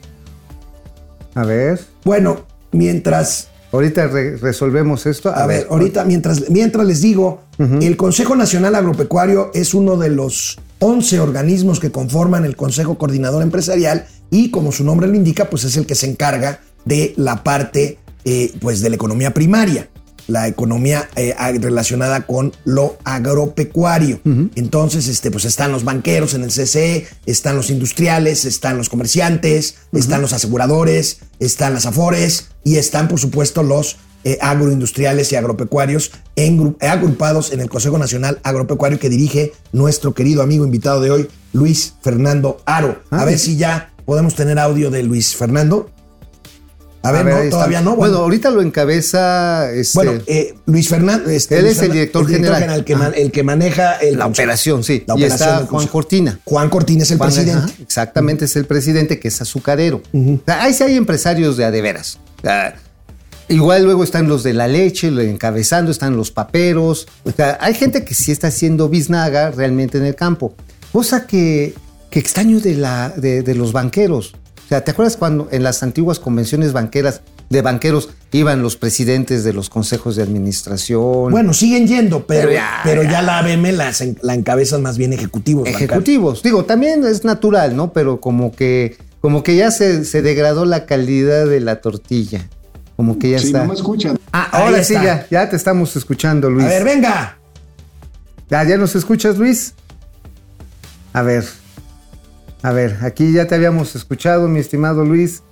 A ver. Bueno, mientras... Ahorita resolvemos esto. A ver, ahorita, mientras les digo, el Consejo Nacional Agropecuario es uno de los 11 organismos que conforman el Consejo Coordinador Empresarial y, como su nombre lo indica, pues es el que se encarga de la parte pues de la economía primaria, la economía relacionada con lo agropecuario. Entonces, pues están los banqueros en el CCE, están los industriales, están los comerciantes, están los aseguradores, están las AFORES y están, por supuesto, los agroindustriales y agropecuarios agrupados en el Consejo Nacional Agropecuario que dirige nuestro querido amigo invitado de hoy, Luis Fernando Aro. A ver si ya podemos tener audio de Luis Fernando. A ver, no, todavía no. Bueno, ahorita lo encabeza... Luis Fernando... él es el director general. El que maneja... La operación, sí. La y operación está Juan Cortina. Juan Cortina es el presidente. Exactamente, es el presidente, que es azucarero. O sea, ahí sí hay empresarios de a de veras. Igual luego están los de la leche, encabezando, están los paperos. O sea, hay gente que sí está haciendo biznaga realmente en el campo. Cosa que extraño de los banqueros. O sea, ¿te acuerdas cuando en las antiguas convenciones banqueras de banqueros iban los presidentes de los consejos de administración? Bueno, siguen yendo, pero ya la ABM la encabezan más bien ejecutivos. Ejecutivos. Digo, también es natural, ¿no? Pero como que ya se degradó la calidad de la tortilla. Como que ya está. Sí, no me escuchan. Ahora sí, ya te estamos escuchando, Luis. A ver, venga. ¿Ya nos escuchas, Luis? A ver, aquí ya te habíamos escuchado, mi estimado Luis.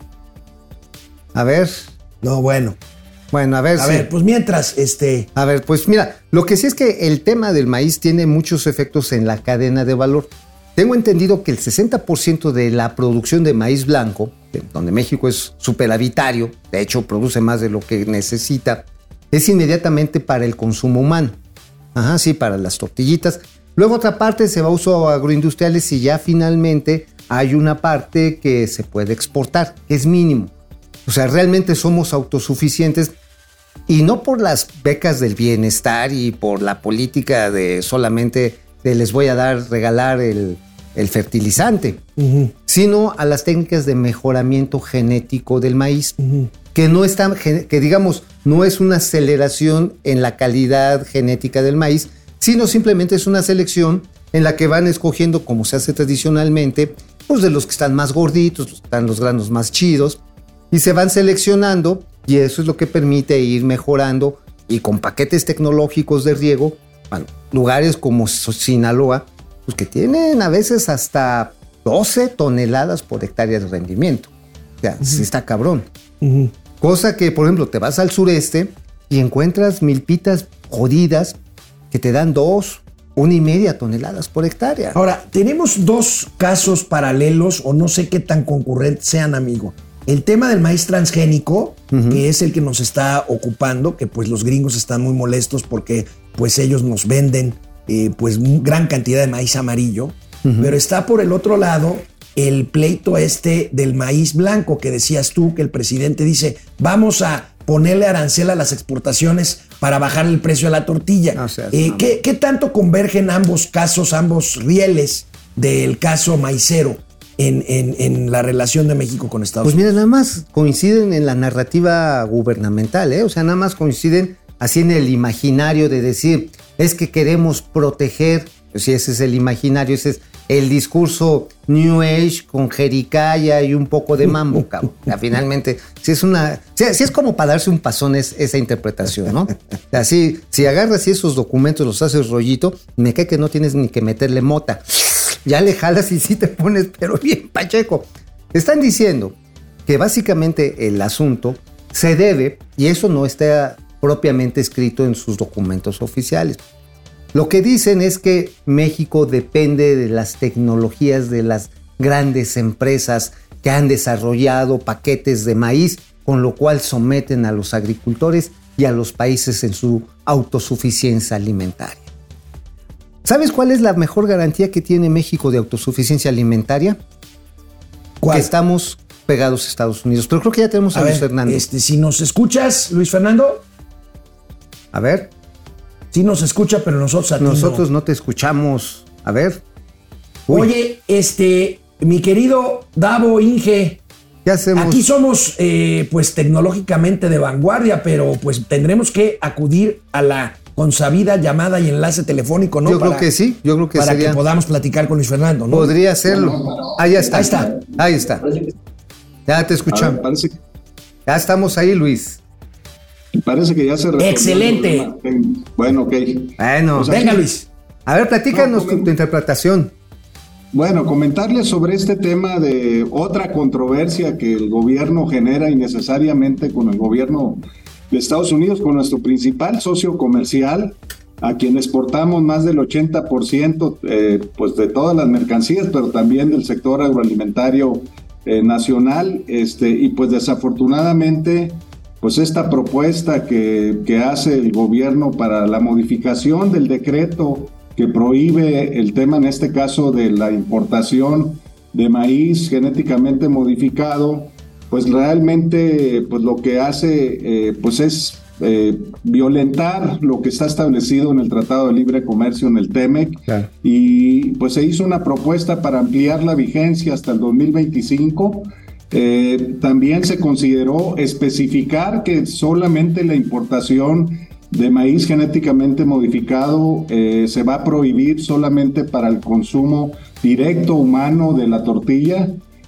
A ver. No, bueno. Bueno, a ver. A ver, pues mientras, A ver, pues mira, lo que sí es que el tema del maíz tiene muchos efectos en la cadena de valor. Tengo entendido que el 60% de la producción de maíz blanco, donde México es superavitario, de hecho produce más de lo que necesita, es inmediatamente para el consumo humano. Ajá, sí, para las tortillitas. Luego otra parte se va a uso agroindustriales y ya finalmente hay una parte que se puede exportar, que es mínimo. O sea, realmente somos autosuficientes Y no por las becas del bienestar y por la política de solamente de les voy a regalar el fertilizante, sino a las técnicas de mejoramiento genético del maíz, que no están, que digamos, no es una aceleración en la calidad genética del maíz, sino simplemente es una selección en la que van escogiendo, como se hace tradicionalmente, pues de los que están más gorditos, están los granos más chidos, y se van seleccionando, y eso es lo que permite ir mejorando, y con paquetes tecnológicos de riego, bueno, lugares como Sinaloa, pues que tienen a veces hasta 12 toneladas por hectárea de rendimiento. O sea, sí está cabrón. Cosa que, por ejemplo, te vas al sureste y encuentras milpitas jodidas que te dan 1.5 toneladas por hectárea. Ahora, tenemos dos casos paralelos, o no sé qué tan concurrentes sean, amigo. El tema del maíz transgénico, que es el que nos está ocupando, que pues los gringos están muy molestos porque pues ellos nos venden pues gran cantidad de maíz amarillo, pero está por el otro lado el pleito del maíz blanco, que decías tú, que el presidente dice, vamos a ponerle arancel a las exportaciones para bajar el precio de la tortilla. No sé, ¿qué tanto convergen ambos casos, ambos rieles del caso maicero en la relación de México con Estados Unidos? Pues mira, nada más coinciden en la narrativa gubernamental, o sea, nada más coinciden así en el imaginario de decir, es que queremos proteger, pues si ese es el imaginario, ese es el discurso New Age con jericaya y un poco de mambo, cabrón. O sea, finalmente, si es como para darse un pasón esa interpretación, ¿no? Así, si agarras esos documentos, los haces rollito, me cae que no tienes ni que meterle mota. Ya le jalas y sí te pones, pero bien pacheco. Están diciendo que básicamente el asunto se debe, y eso no está propiamente escrito en sus documentos oficiales. Lo que dicen es que México depende de las tecnologías de las grandes empresas que han desarrollado paquetes de maíz, con lo cual someten a los agricultores y a los países en su autosuficiencia alimentaria. ¿Sabes cuál es la mejor garantía que tiene México de autosuficiencia alimentaria? ¿Cuál? Que estamos pegados a Estados Unidos. Pero creo que ya tenemos a Luis Fernando. Si nos escuchas, Luis Fernando. A ver. Sí nos escucha, pero nosotros no te escuchamos. A ver. Uy. Oye, mi querido Davo, Inge. ¿Qué hacemos? Aquí somos, pues, tecnológicamente de vanguardia, pero pues tendremos que acudir a la consabida llamada y enlace telefónico, ¿no? Yo creo que sí. Yo creo que para que podamos platicar con Luis Fernando, ¿no? Podría hacerlo. Ahí está. Ahí está. Ya te escuchamos. Ya estamos ahí, Luis. Parece que ya se resolvió. ¡Excelente! Bueno, ok. Bueno, pues venga, Luis. A ver, platícanos tu interpretación. Bueno, comentarles sobre este tema de otra controversia que el gobierno genera innecesariamente con el gobierno de Estados Unidos, con nuestro principal socio comercial, a quien exportamos más del 80% pues de todas las mercancías, pero también del sector agroalimentario nacional, y pues desafortunadamente pues esta propuesta que hace el gobierno para la modificación del decreto que prohíbe el tema, en este caso, de la importación de maíz genéticamente modificado, pues realmente pues lo que hace pues es violentar lo que está establecido en el Tratado de Libre Comercio, en el TEMEC, claro. Y pues se hizo una propuesta para ampliar la vigencia hasta el 2025. También se consideró especificar que solamente la importación de maíz genéticamente modificado se va a prohibir solamente para el consumo directo humano de la tortilla,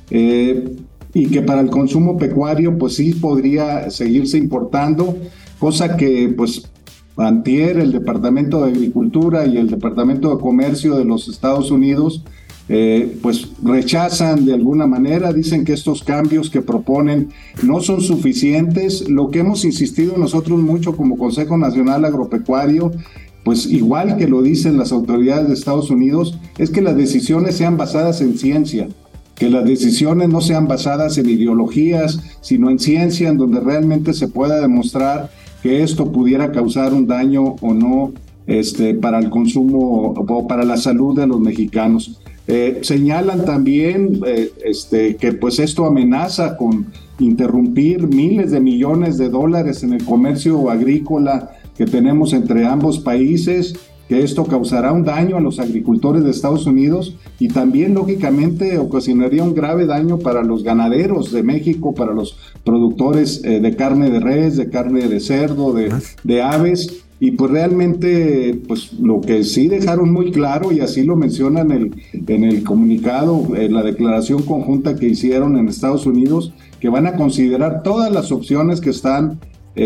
y que para el consumo pecuario pues sí podría seguirse importando, cosa que pues antier el Departamento de Agricultura y el Departamento de Comercio de los Estados Unidos pues rechazan de alguna manera, dicen que estos cambios que proponen no son suficientes. Lo que hemos insistido nosotros mucho como Consejo Nacional Agropecuario, pues igual que lo dicen las autoridades de Estados Unidos, es que las decisiones sean basadas en ciencia, que las decisiones no sean basadas en ideologías, sino en ciencia, en donde realmente se pueda demostrar que esto pudiera causar un daño o no para el consumo o para la salud de los mexicanos. Señalan también que pues esto amenaza con interrumpir miles de millones de dólares en el comercio agrícola que tenemos entre ambos países, que esto causará un daño a los agricultores de Estados Unidos y también lógicamente ocasionaría un grave daño para los ganaderos de México, para los productores de carne de res, de carne de cerdo, de aves. Y pues realmente, pues lo que sí dejaron muy claro, y así lo mencionan en el comunicado, en la declaración conjunta que hicieron en Estados Unidos, que van a considerar todas las opciones que están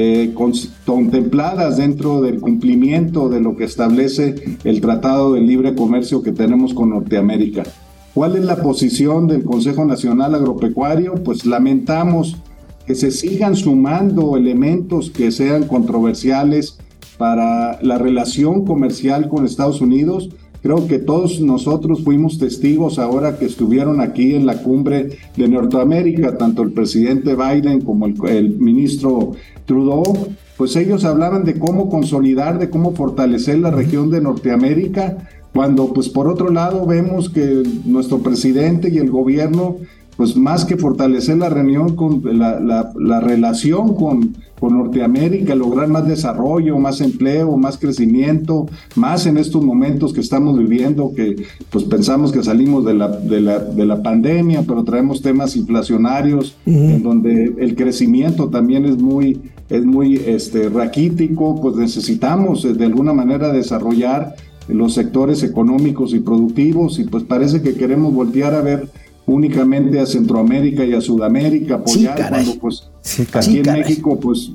contempladas dentro del cumplimiento de lo que establece el Tratado de Libre Comercio que tenemos con Norteamérica. ¿Cuál es la posición del Consejo Nacional Agropecuario? Pues lamentamos que se sigan sumando elementos que sean controversiales para la relación comercial con Estados Unidos. Creo que todos nosotros fuimos testigos ahora que estuvieron aquí en la cumbre de Norteamérica, tanto el presidente Biden como el ministro Trudeau, pues ellos hablaban de cómo consolidar, de cómo fortalecer la región de Norteamérica, cuando pues por otro lado vemos que nuestro presidente y el gobierno, pues más que fortalecer la reunión con la relación con Norteamérica, lograr más desarrollo, más empleo, más crecimiento, más en estos momentos que estamos viviendo, que pues pensamos que salimos de la pandemia, pero traemos temas inflacionarios, en donde el crecimiento también es muy raquítico, pues necesitamos de alguna manera desarrollar los sectores económicos y productivos, y pues parece que queremos voltear a ver únicamente a Centroamérica y a Sudamérica, apoyar, cuando pues aquí en México pues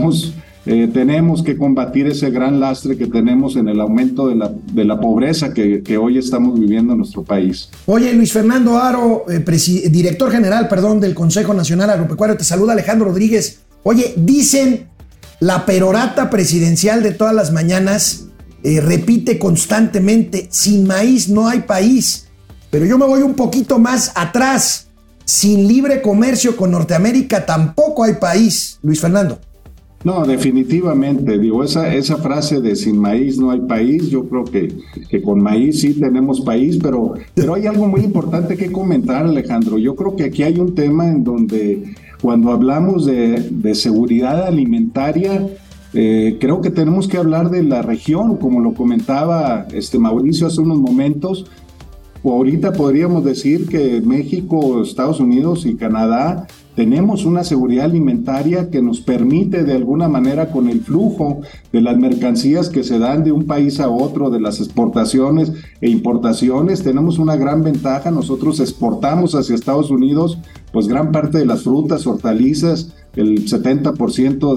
tenemos que combatir ese gran lastre que tenemos en el aumento de la pobreza que hoy estamos viviendo en nuestro país. Oye, Luis Fernando Haro, director general, del Consejo Nacional Agropecuario, te saluda Alejandro Rodríguez. Oye, dicen la perorata presidencial de todas las mañanas, repite constantemente, sin maíz no hay país. Pero yo me voy un poquito más atrás. Sin libre comercio con Norteamérica tampoco hay país, Luis Fernando. No, definitivamente, esa frase de sin maíz no hay país, yo creo que con maíz sí tenemos país, pero hay algo muy importante que comentar, Alejandro. Yo creo que aquí hay un tema en donde cuando hablamos de seguridad alimentaria, creo que tenemos que hablar de la región, como lo comentaba Mauricio hace unos momentos. Ahorita podríamos decir que México, Estados Unidos y Canadá tenemos una seguridad alimentaria que nos permite de alguna manera, con el flujo de las mercancías que se dan de un país a otro, de las exportaciones e importaciones, tenemos una gran ventaja. Nosotros exportamos hacia Estados Unidos pues gran parte de las frutas, hortalizas, el 70%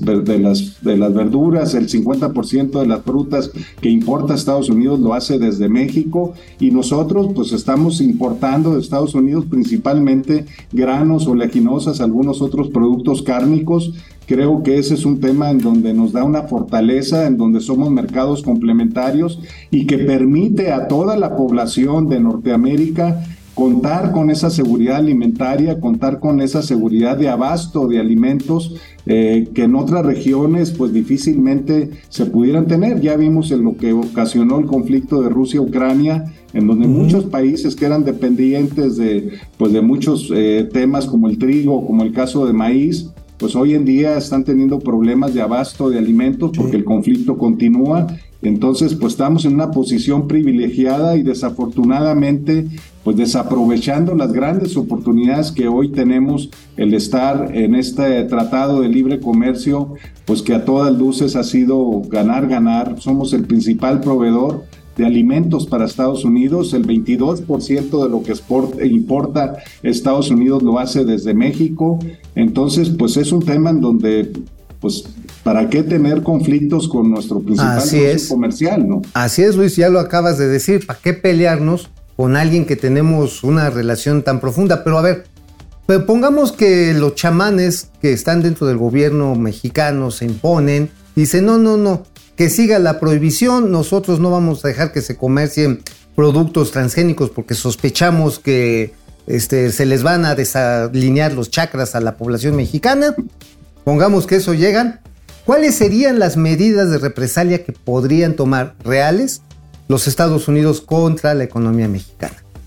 de las verduras, el 50% de las frutas que importa Estados Unidos lo hace desde México, y nosotros pues estamos importando de Estados Unidos principalmente granos, oleaginosas, algunos otros productos cárnicos. Creo que ese es un tema en donde nos da una fortaleza, en donde somos mercados complementarios y que permite a toda la población de Norteamérica contar con esa seguridad alimentaria, contar con esa seguridad de abasto de alimentos que en otras regiones pues difícilmente se pudieran tener. Ya vimos en lo que ocasionó el conflicto de Rusia-Ucrania, en donde muchos países que eran dependientes de muchos temas como el trigo, como el caso de maíz, pues hoy en día están teniendo problemas de abasto de alimentos porque el conflicto continúa. Entonces, pues estamos en una posición privilegiada y desafortunadamente, pues desaprovechando las grandes oportunidades que hoy tenemos, el estar en este tratado de libre comercio, pues que a todas luces ha sido ganar. Somos el principal proveedor de alimentos para Estados Unidos. El 22% de lo que importa Estados Unidos lo hace desde México. Entonces, pues es un tema en donde, pues, ¿para qué tener conflictos con nuestro principal socio comercial, no? Así es, Luis, ya lo acabas de decir. ¿Para qué pelearnos con alguien que tenemos una relación tan profunda? Pero a ver, pongamos que los chamanes que están dentro del gobierno mexicano se imponen, dicen no, que siga la prohibición, nosotros no vamos a dejar que se comercien productos transgénicos porque sospechamos que se les van a desalinear los chakras a la población mexicana. Pongamos que eso llegan. ¿Cuáles serían las medidas de represalia que podrían tomar reales los Estados Unidos contra la economía mexicana?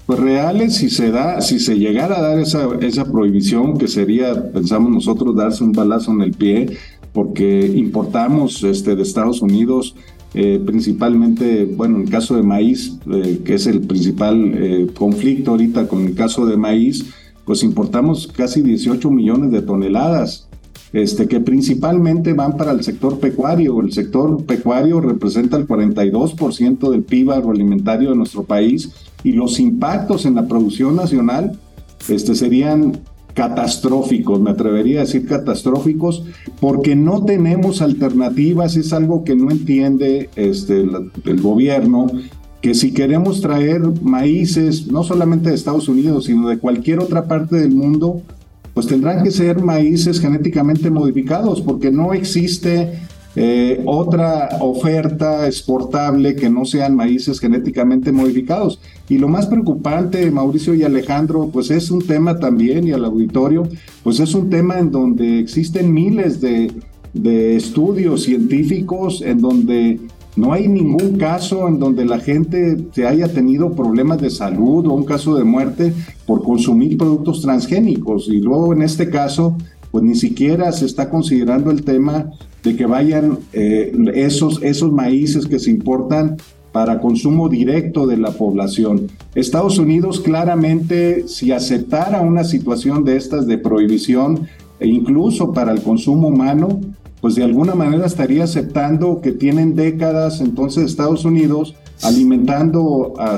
Pues reales, si se llegara a dar esa prohibición, que sería, pensamos nosotros, darse un balazo en el pie, porque importamos de Estados Unidos principalmente, bueno, en el caso de maíz, que es el principal conflicto ahorita con el caso de maíz, pues importamos casi 18 millones de toneladas, que principalmente van para el sector pecuario. El sector pecuario representa el 42% del PIB agroalimentario de nuestro país, y los impactos en la producción nacional serían catastróficos, me atrevería a decir catastróficos, porque no tenemos alternativas. Es algo que no entiende el gobierno, que si queremos traer maíces, no solamente de Estados Unidos, sino de cualquier otra parte del mundo, pues tendrán que ser maíces genéticamente modificados, porque no existe otra oferta exportable que no sean maíces genéticamente modificados. Y lo más preocupante, Mauricio y Alejandro, pues es un tema también, y al auditorio, pues es un tema en donde existen miles de estudios científicos en donde no hay ningún caso en donde la gente se haya tenido problemas de salud o un caso de muerte por consumir productos transgénicos. Y luego en este caso, pues ni siquiera se está considerando el tema de que vayan esos maíces que se importan para consumo directo de la población. Estados Unidos claramente, si aceptara una situación de estas de prohibición, e incluso para el consumo humano, pues de alguna manera estaría aceptando que tienen décadas entonces Estados Unidos alimentando a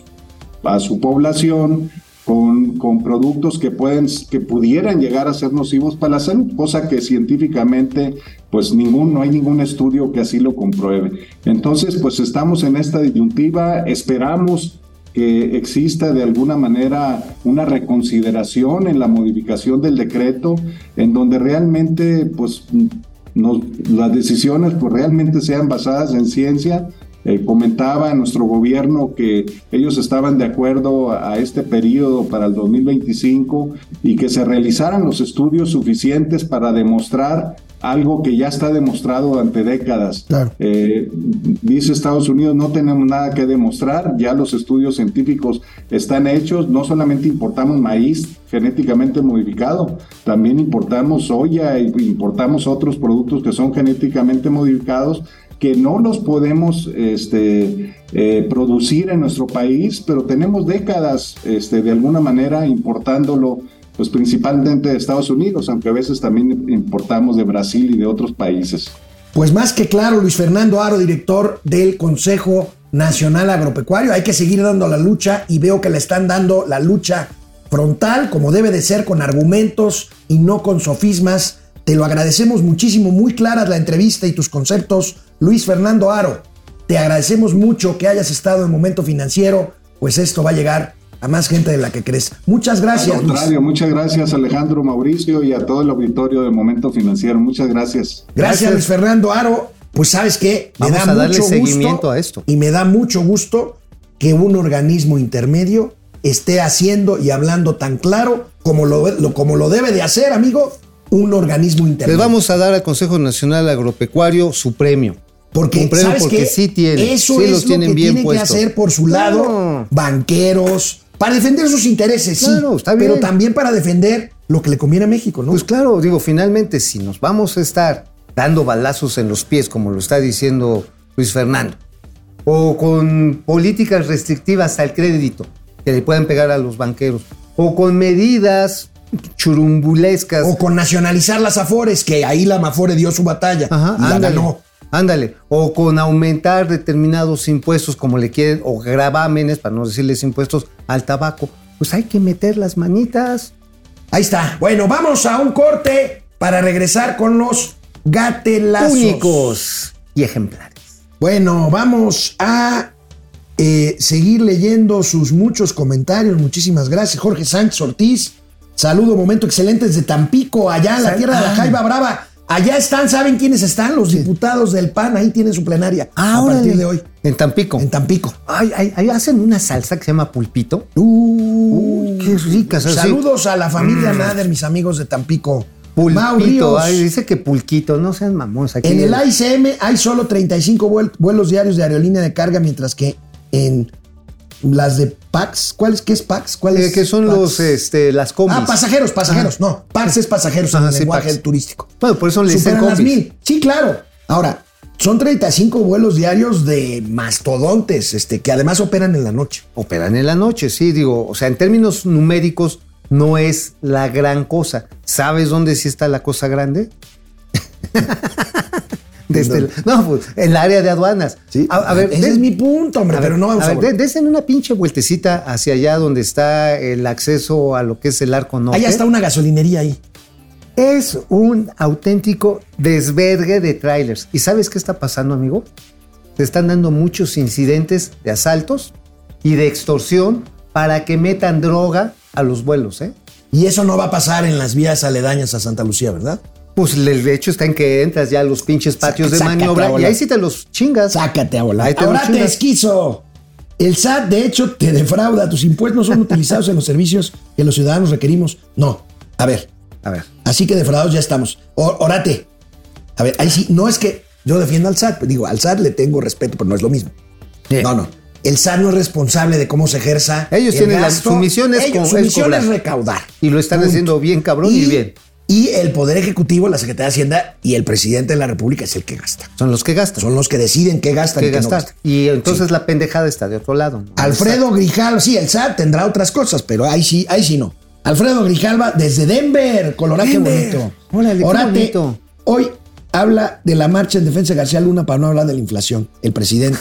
su población con productos que pudieran llegar a ser nocivos para la salud, cosa que científicamente pues no hay ningún estudio que así lo compruebe. Entonces pues estamos en esta disyuntiva, esperamos que exista de alguna manera una reconsideración en la modificación del decreto, en donde realmente pues las decisiones pues realmente sean basadas en ciencia. Comentaba nuestro gobierno que ellos estaban de acuerdo a este periodo para el 2025 y que se realizaran los estudios suficientes para demostrar algo que ya está demostrado durante décadas. Claro. Dice Estados Unidos, no tenemos nada que demostrar, ya los estudios científicos están hechos, no solamente importamos maíz genéticamente modificado, también importamos soya e importamos otros productos que son genéticamente modificados, que no los podemos producir en nuestro país, pero tenemos décadas de alguna manera importándolo, pues principalmente de Estados Unidos, aunque a veces también importamos de Brasil y de otros países. Pues más que claro, Luis Fernando Haro, director del Consejo Nacional Agropecuario, hay que seguir dando la lucha, y veo que le están dando la lucha frontal, como debe de ser, con argumentos y no con sofismas. Te lo agradecemos muchísimo, muy clara la entrevista y tus conceptos, Luis Fernando Haro. Te agradecemos mucho que hayas estado en Momento Financiero, pues esto va a llegar a más gente de la que crees. Muchas gracias, Al contrario, Luis. Muchas gracias, Alejandro, Mauricio, y a todo el auditorio de Momento Financiero. Muchas gracias. Gracias, Luis Fernando Haro. Pues ¿sabes qué? Vamos a darle seguimiento a esto. Y me da mucho gusto que un organismo intermedio esté haciendo y hablando tan claro como lo debe de hacer, amigo, un organismo intermedio. Les vamos a dar al Consejo Nacional Agropecuario su premio. Porque, ¿sabes qué? Sí tiene, eso sí es los lo tienen que bien tienen puestos. que hacer por su lado banqueros, para defender sus intereses, claro, sí, está bien, pero también para defender lo que le conviene a México, ¿no? Pues claro, digo, finalmente, si nos vamos a estar dando balazos en los pies, como lo está diciendo Luis Fernando, o con políticas restrictivas al crédito que le puedan pegar a los banqueros, o con medidas churumbulescas, o con nacionalizar las Afores, que ahí la Mafore dio su batalla y la ganó. Ándale, o con aumentar determinados impuestos como le quieren, o gravámenes, para no decirles impuestos, al tabaco. Pues hay que meter las manitas. Ahí está. Bueno, vamos a un corte para regresar con los gatelazos. Únicos y ejemplares. Bueno, vamos a seguir leyendo sus muchos comentarios. Muchísimas gracias. Jorge Sánchez Ortiz, saludo, Momento excelente desde Tampico, allá en la tierra de la Jaiba Brava. Allá están, ¿saben quiénes están? Los diputados del PAN, ahí tienen su plenaria a partir de hoy. En Tampico. En Tampico. Ahí hacen una salsa que se llama pulpito. Qué rica. Saludos a la familia Nader, mis amigos de Tampico. Pulpito, dice que pulquito, no sean mamones. Aquí en el AICM hay solo 35 vuelos diarios de aerolínea de carga, mientras que en las de Pax. ¿Qué es Pax? ¿Cuáles? Que son Pax? las combis. Pasajeros. No, Pax es pasajeros en el lenguaje turístico. Bueno, por eso le dicen Superan combis. las 1000. Sí, claro. Ahora, son 35 vuelos diarios de mastodontes, que además operan en la noche. Operan en la noche, sí, digo, o sea, en términos numéricos no es la gran cosa. ¿Sabes dónde sí está la cosa grande? Pues en la área de aduanas. Sí. A ver, ese es mi punto, hombre, pero no vamos a ver. Desen una pinche vueltecita hacia allá donde está el acceso a lo que es el Arco Norte. Allá está una gasolinería ahí. Es un auténtico desvergue de trailers. ¿Y sabes qué está pasando, amigo? Se están dando muchos incidentes de asaltos y de extorsión para que metan droga a los vuelos, ¿eh? Y eso no va a pasar en las vías aledañas a Santa Lucía, ¿verdad? Pues el hecho está en que entras ya a los pinches patios de maniobra y ahí sí te los chingas. Sácate a volar. Ahora te esquizo. El SAT, de hecho, te defrauda. Tus impuestos no son utilizados en los servicios que los ciudadanos requerimos. No. A ver. Así que defraudados ya estamos. Orate. A ver, ahí sí. No es que yo defienda al SAT. Digo, al SAT le tengo respeto, pero no es lo mismo. Sí. No. El SAT no es responsable de cómo se ejerza. Ellos tienen su misión es recaudar. Y lo están haciendo bien cabrón y bien. Y el Poder Ejecutivo, la Secretaría de Hacienda y el Presidente de la República es el que gasta. Son los que gastan. Son los que deciden qué gastan y qué no gastan. Y entonces la pendejada está de otro lado, ¿no? Alfredo Grijalva, sí, el SAT tendrá otras cosas, pero ahí sí no. Alfredo Grijalva desde Denver, Colorado, qué bonito. Órale, qué bonito. Hoy habla de la marcha en defensa de García Luna para no hablar de la inflación, el presidente.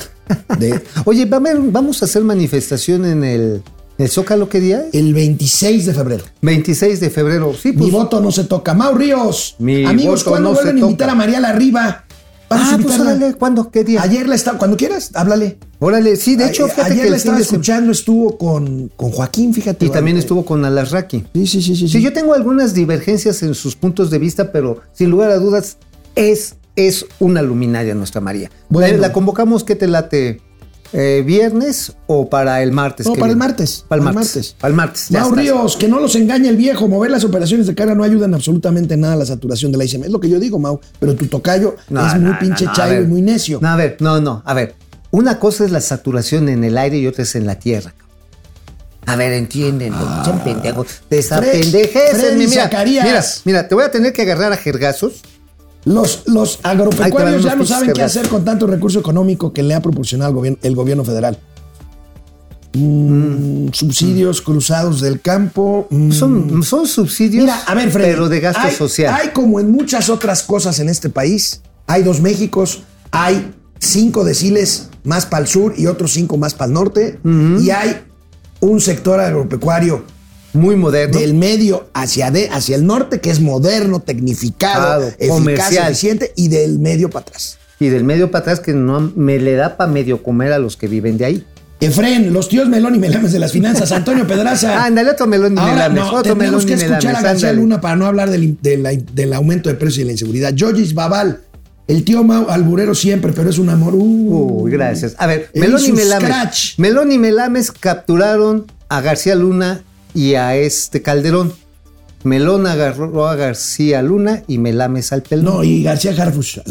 Oye, vamos a hacer manifestación en el Zócalo, ¿qué día es? El 26 de febrero. 26 de febrero, sí. Pues, mi voto no se toca. Mau Ríos. Amigos, ¿cuándo vuelven a invitar a María Larriba? Pues órale, ¿cuándo? ¿Qué día? Ayer cuando quieras, háblale. Órale, sí, de hecho, fíjate ayer que la estaba escuchando, estuvo con Joaquín, fíjate. Y también estuvo con Alarraqui. Sí. Sí, yo tengo algunas divergencias en sus puntos de vista, pero sin lugar a dudas es una luminaria nuestra María. Bueno. La convocamos, ¿qué te late? ¿Viernes o para el martes? No, para el martes. Para el martes. Mau Ríos, que no los engañe el viejo. Mover las operaciones de carga no ayudan absolutamente nada a la saturación de la ICM. Es lo que yo digo, Mau. Pero tu tocayo es muy pinche chairo y muy necio. A ver. Una cosa es la saturación en el aire y otra es en la tierra. A ver, entiéndenlo. Son pendejos. Desapendejes. Mira, te voy a tener que agarrar a jergazos. Los agropecuarios ya no saben qué hacer con tanto recurso económico que le ha proporcionado el gobierno federal. Subsidios cruzados del campo. Son subsidios, mira, a ver, Freddy, pero de gasto social. Hay como en muchas otras cosas en este país. Hay 2 Méxicos, hay 5 deciles más para el sur y otros 5 más para el norte. Y hay un sector agropecuario muy moderno. Del medio hacia el norte, que es moderno, tecnificado, eficaz, comercial, eficiente, y del medio para atrás. Y del medio para atrás que no me le da para medio comer a los que viven de ahí. Efren, los tíos Melón y Melames de las finanzas, Antonio Pedraza. Ándale, otro Melón y Melames. Tenemos que escuchar a García Luna para no hablar del aumento de precios y la inseguridad. Yogis Babal, el tío Mau, alburero siempre, pero es un amor. Gracias. A ver, Melón y Melames capturaron a García Luna y a Calderón. Melón agarró a García Luna y Melames al pelón. No, y García Harfush.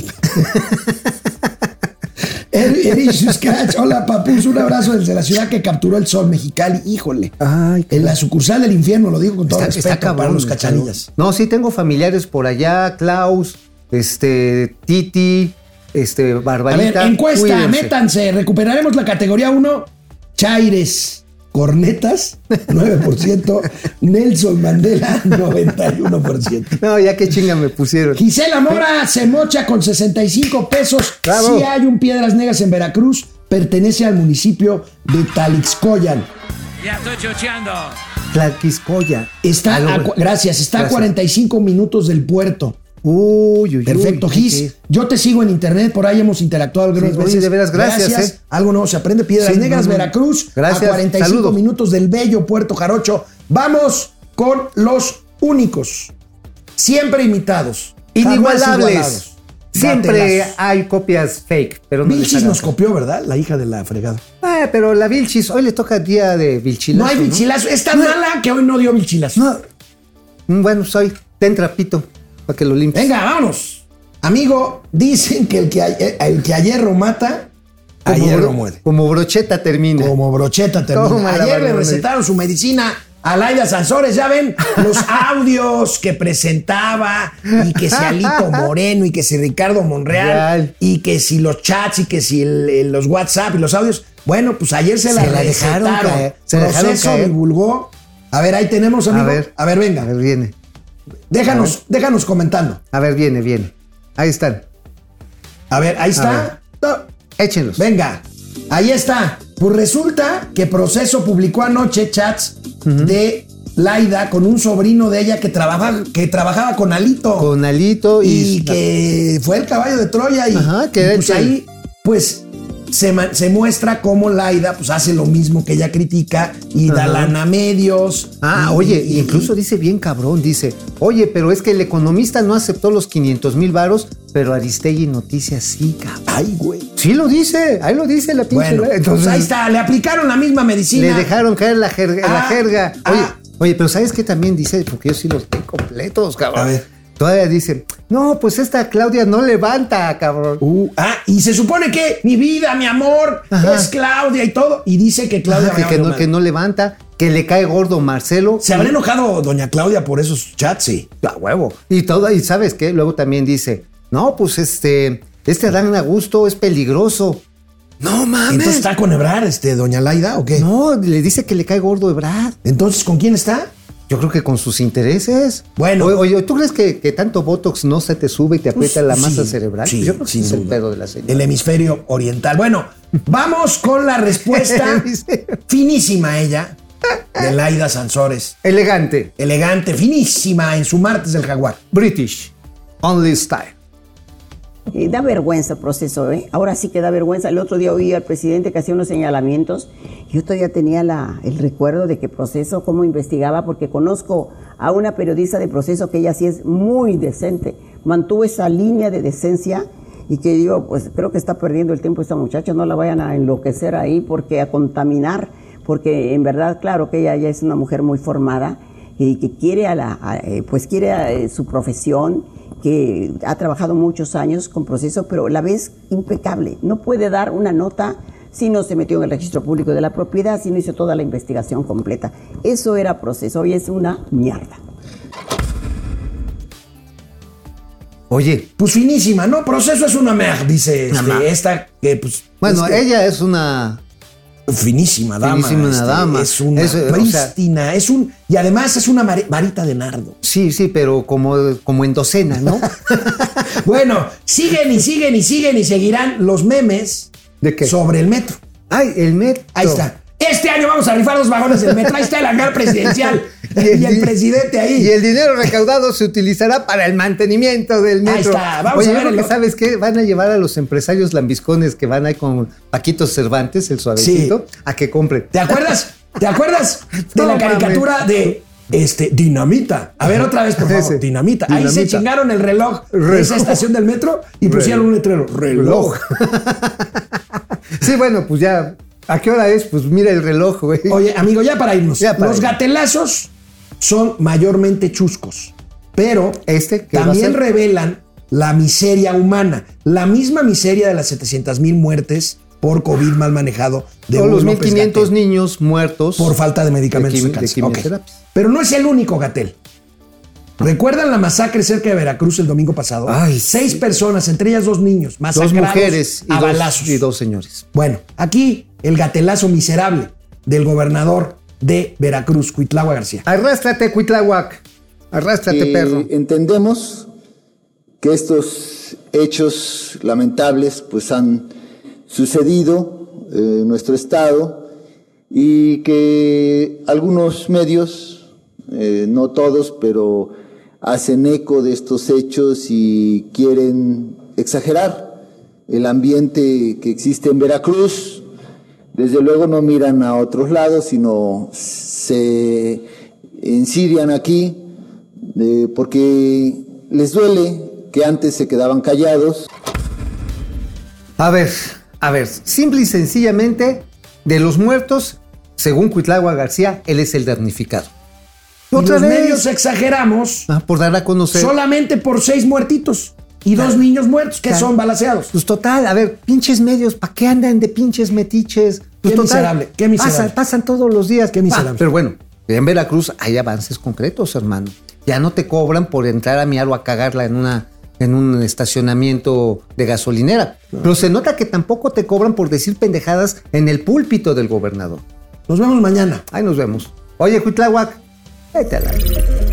Eric Scratch, hola papus, un abrazo desde la ciudad que capturó el sol, Mexicali. Híjole. En la sucursal del infierno, lo digo con todo respeto para los cachanillas. No, sí tengo familiares por allá, Klaus, Titi, Barbarita. A ver, encuesta, cuídense. Métanse, recuperaremos la categoría 1, Chaires. Cornetas, 9%. Nelson Mandela, 91%. No, ya qué chinga me pusieron. Gisela Mora se mocha con 65 pesos. Bravo. Sí hay un Piedras Negras en Veracruz. Pertenece al municipio de Tlaxcoyan. Ya estoy chocheando. Tlaxcoya. Gracias, está a 45 minutos del puerto. Perfecto, Gis. Yo te sigo en internet, por ahí hemos interactuado algunas veces. De veras, gracias. Algo nuevo se aprende. Piedras Negras, Veracruz. Gracias. A 45 minutos del bello Puerto Jarocho. Vamos con los únicos. Siempre imitados. Inigualables. Siempre hay copias fake, pero no. Vilchis nos copió, ¿verdad? La hija de la fregada. Pero la Vilchis, hoy le toca día de Vilchilazo. No hay Vilchilazo. Es tan mala que hoy no dio Vilchilazo. No. Bueno, ten trapito. Para que lo limpies. Venga, vámonos. Amigo, dicen que el que a hierro mata, Ayer lo muere. Como brocheta termina. Como brocheta termina. Ayer le recetaron su medicina a Laida Sansores. Ya ven los audios que presentaba, y que si Alito Moreno, y que si Ricardo Monreal, y que si los chats, y que si los WhatsApp y los audios. Bueno, pues ayer se la dejaron caer. Proceso divulgó. A ver, ahí tenemos, amigo. A ver, venga. A ver, viene. Déjanos comentando. A ver, viene. Ahí están. A ver, ahí está. Échenlos. Venga, ahí está. Pues resulta que Proceso publicó anoche chats de Laida con un sobrino de ella que trabajaba con Alito. Con Alito y que fue el caballo de Troya. Y pues ahí, pues, se muestra cómo Laida pues hace lo mismo que ella critica y da lana a medios. Incluso dice bien cabrón, dice, oye, pero es que el economista no aceptó los 500,000 varos, pero Aristegui Noticias sí, cabrón. Ay, güey. Sí lo dice, ahí lo dice la pinche. Bueno, entonces ahí está, le aplicaron la misma medicina. Le dejaron caer la jerga. Oye, pero ¿sabes qué también dice? Porque yo sí los tengo completos, cabrón. A ver. Todavía dice, no, pues esta Claudia no levanta, cabrón. Y se supone que mi vida, mi amor, es Claudia y todo. Y dice que Claudia que no levanta, que le cae gordo Marcelo. ¿Se habrá enojado doña Claudia por esos chats? Sí. A huevo. Y ¿sabes qué? Luego también dice, no, pues este Adán Augusto es peligroso. No mames. ¿Entonces está con Ebrard, doña Laida, o qué? No, le dice que le cae gordo Ebrard. ¿Entonces con quién está? Yo creo que con sus intereses. Bueno. Oye, ¿tú crees que tanto Botox no se te sube y te aprieta la masa cerebral? Sí, yo creo que es el pedo de la señora. El hemisferio oriental. Bueno, vamos con la respuesta finísima ella de Laida Sansores. Elegante, finísima en su martes del jaguar. British, only style. Da vergüenza el proceso, ¿eh? Ahora sí que da vergüenza. El otro día oí al presidente que hacía unos señalamientos. Yo todavía tenía el recuerdo de que Proceso, cómo investigaba, porque conozco a una periodista de Proceso que ella sí es muy decente. Mantuvo esa línea de decencia y que digo, pues creo que está perdiendo el tiempo esta muchacha. No la vayan a enloquecer ahí, a contaminar, porque en verdad, claro que ella ya es una mujer muy formada y que quiere quiere su profesión, que ha trabajado muchos años con Proceso, pero la ves impecable. No puede dar una nota si no se metió en el registro público de la propiedad, si no hizo toda la investigación completa. Eso era Proceso, hoy es una mierda. Oye, pues finísima, ¿no? Proceso es una mierda, dice esta que pues... Bueno, ella es una... Finísima dama. Es una prístina, y además es una varita de nardo. Sí, pero como en docena, ¿no? Bueno, siguen y seguirán los memes. ¿De qué? Sobre el metro. Ay, el metro. Ahí está. Este año vamos a rifar 2 vagones del metro. Ahí está el hangar presidencial y el presidente ahí. Y el dinero recaudado se utilizará para el mantenimiento del metro. Ahí está. Vamos a ver. ¿Sabes qué? Van a llevar a los empresarios lambiscones que van ahí con Paquito Cervantes, el suavecito, a que compren. ¿Te acuerdas de la caricatura de Dinamita? A ver, otra vez, por favor. Dinamita. Ahí se chingaron el reloj de esa estación del metro y pusieron un letrero. Reloj. Sí, bueno, pues ya. ¿A qué hora es? Pues mira el reloj, güey. Oye, amigo, ya para irnos. Los gatelazos son mayormente chuscos, pero también revelan la miseria humana. La misma miseria de las 700,000 muertes por COVID mal manejado de los 1,500 niños muertos por falta de medicamentos de cáncer. Pero no es el único, Gatel. ¿Recuerdan la masacre cerca de Veracruz el domingo pasado? 6 personas, entre ellas 2 niños, masacrados 2 mujeres a balazos. Y 2 señores. Bueno, aquí el gatelazo miserable del gobernador de Veracruz, Cuitlahua García. Arrástrate, Cuitláhuac. Arrástrate, perro. Entendemos que estos hechos lamentables pues han sucedido en nuestro estado y que algunos medios, no todos, pero hacen eco de estos hechos y quieren exagerar el ambiente que existe en Veracruz. Desde luego no miran a otros lados, sino se ensidian aquí porque les duele que antes se quedaban callados. A ver, simple y sencillamente, de los muertos, según Cuitlahua García, él es el damnificado. Los medios exageramos por dar a conocer solamente por 6 muertitos. y 2 niños muertos que son balaceados. Pues total, a ver, pinches medios, ¿para qué andan de pinches metiches? Pues Qué miserable, qué miserable. Pasan todos los días. Qué miserable. Pero bueno, en Veracruz hay avances concretos, hermano. Ya no te cobran por entrar a miar o a cagarla en un estacionamiento de gasolinera. No. Pero se nota que tampoco te cobran por decir pendejadas en el púlpito del gobernador. Nos vemos mañana. Ahí nos vemos. Oye, Cuitláhuac, vete a la...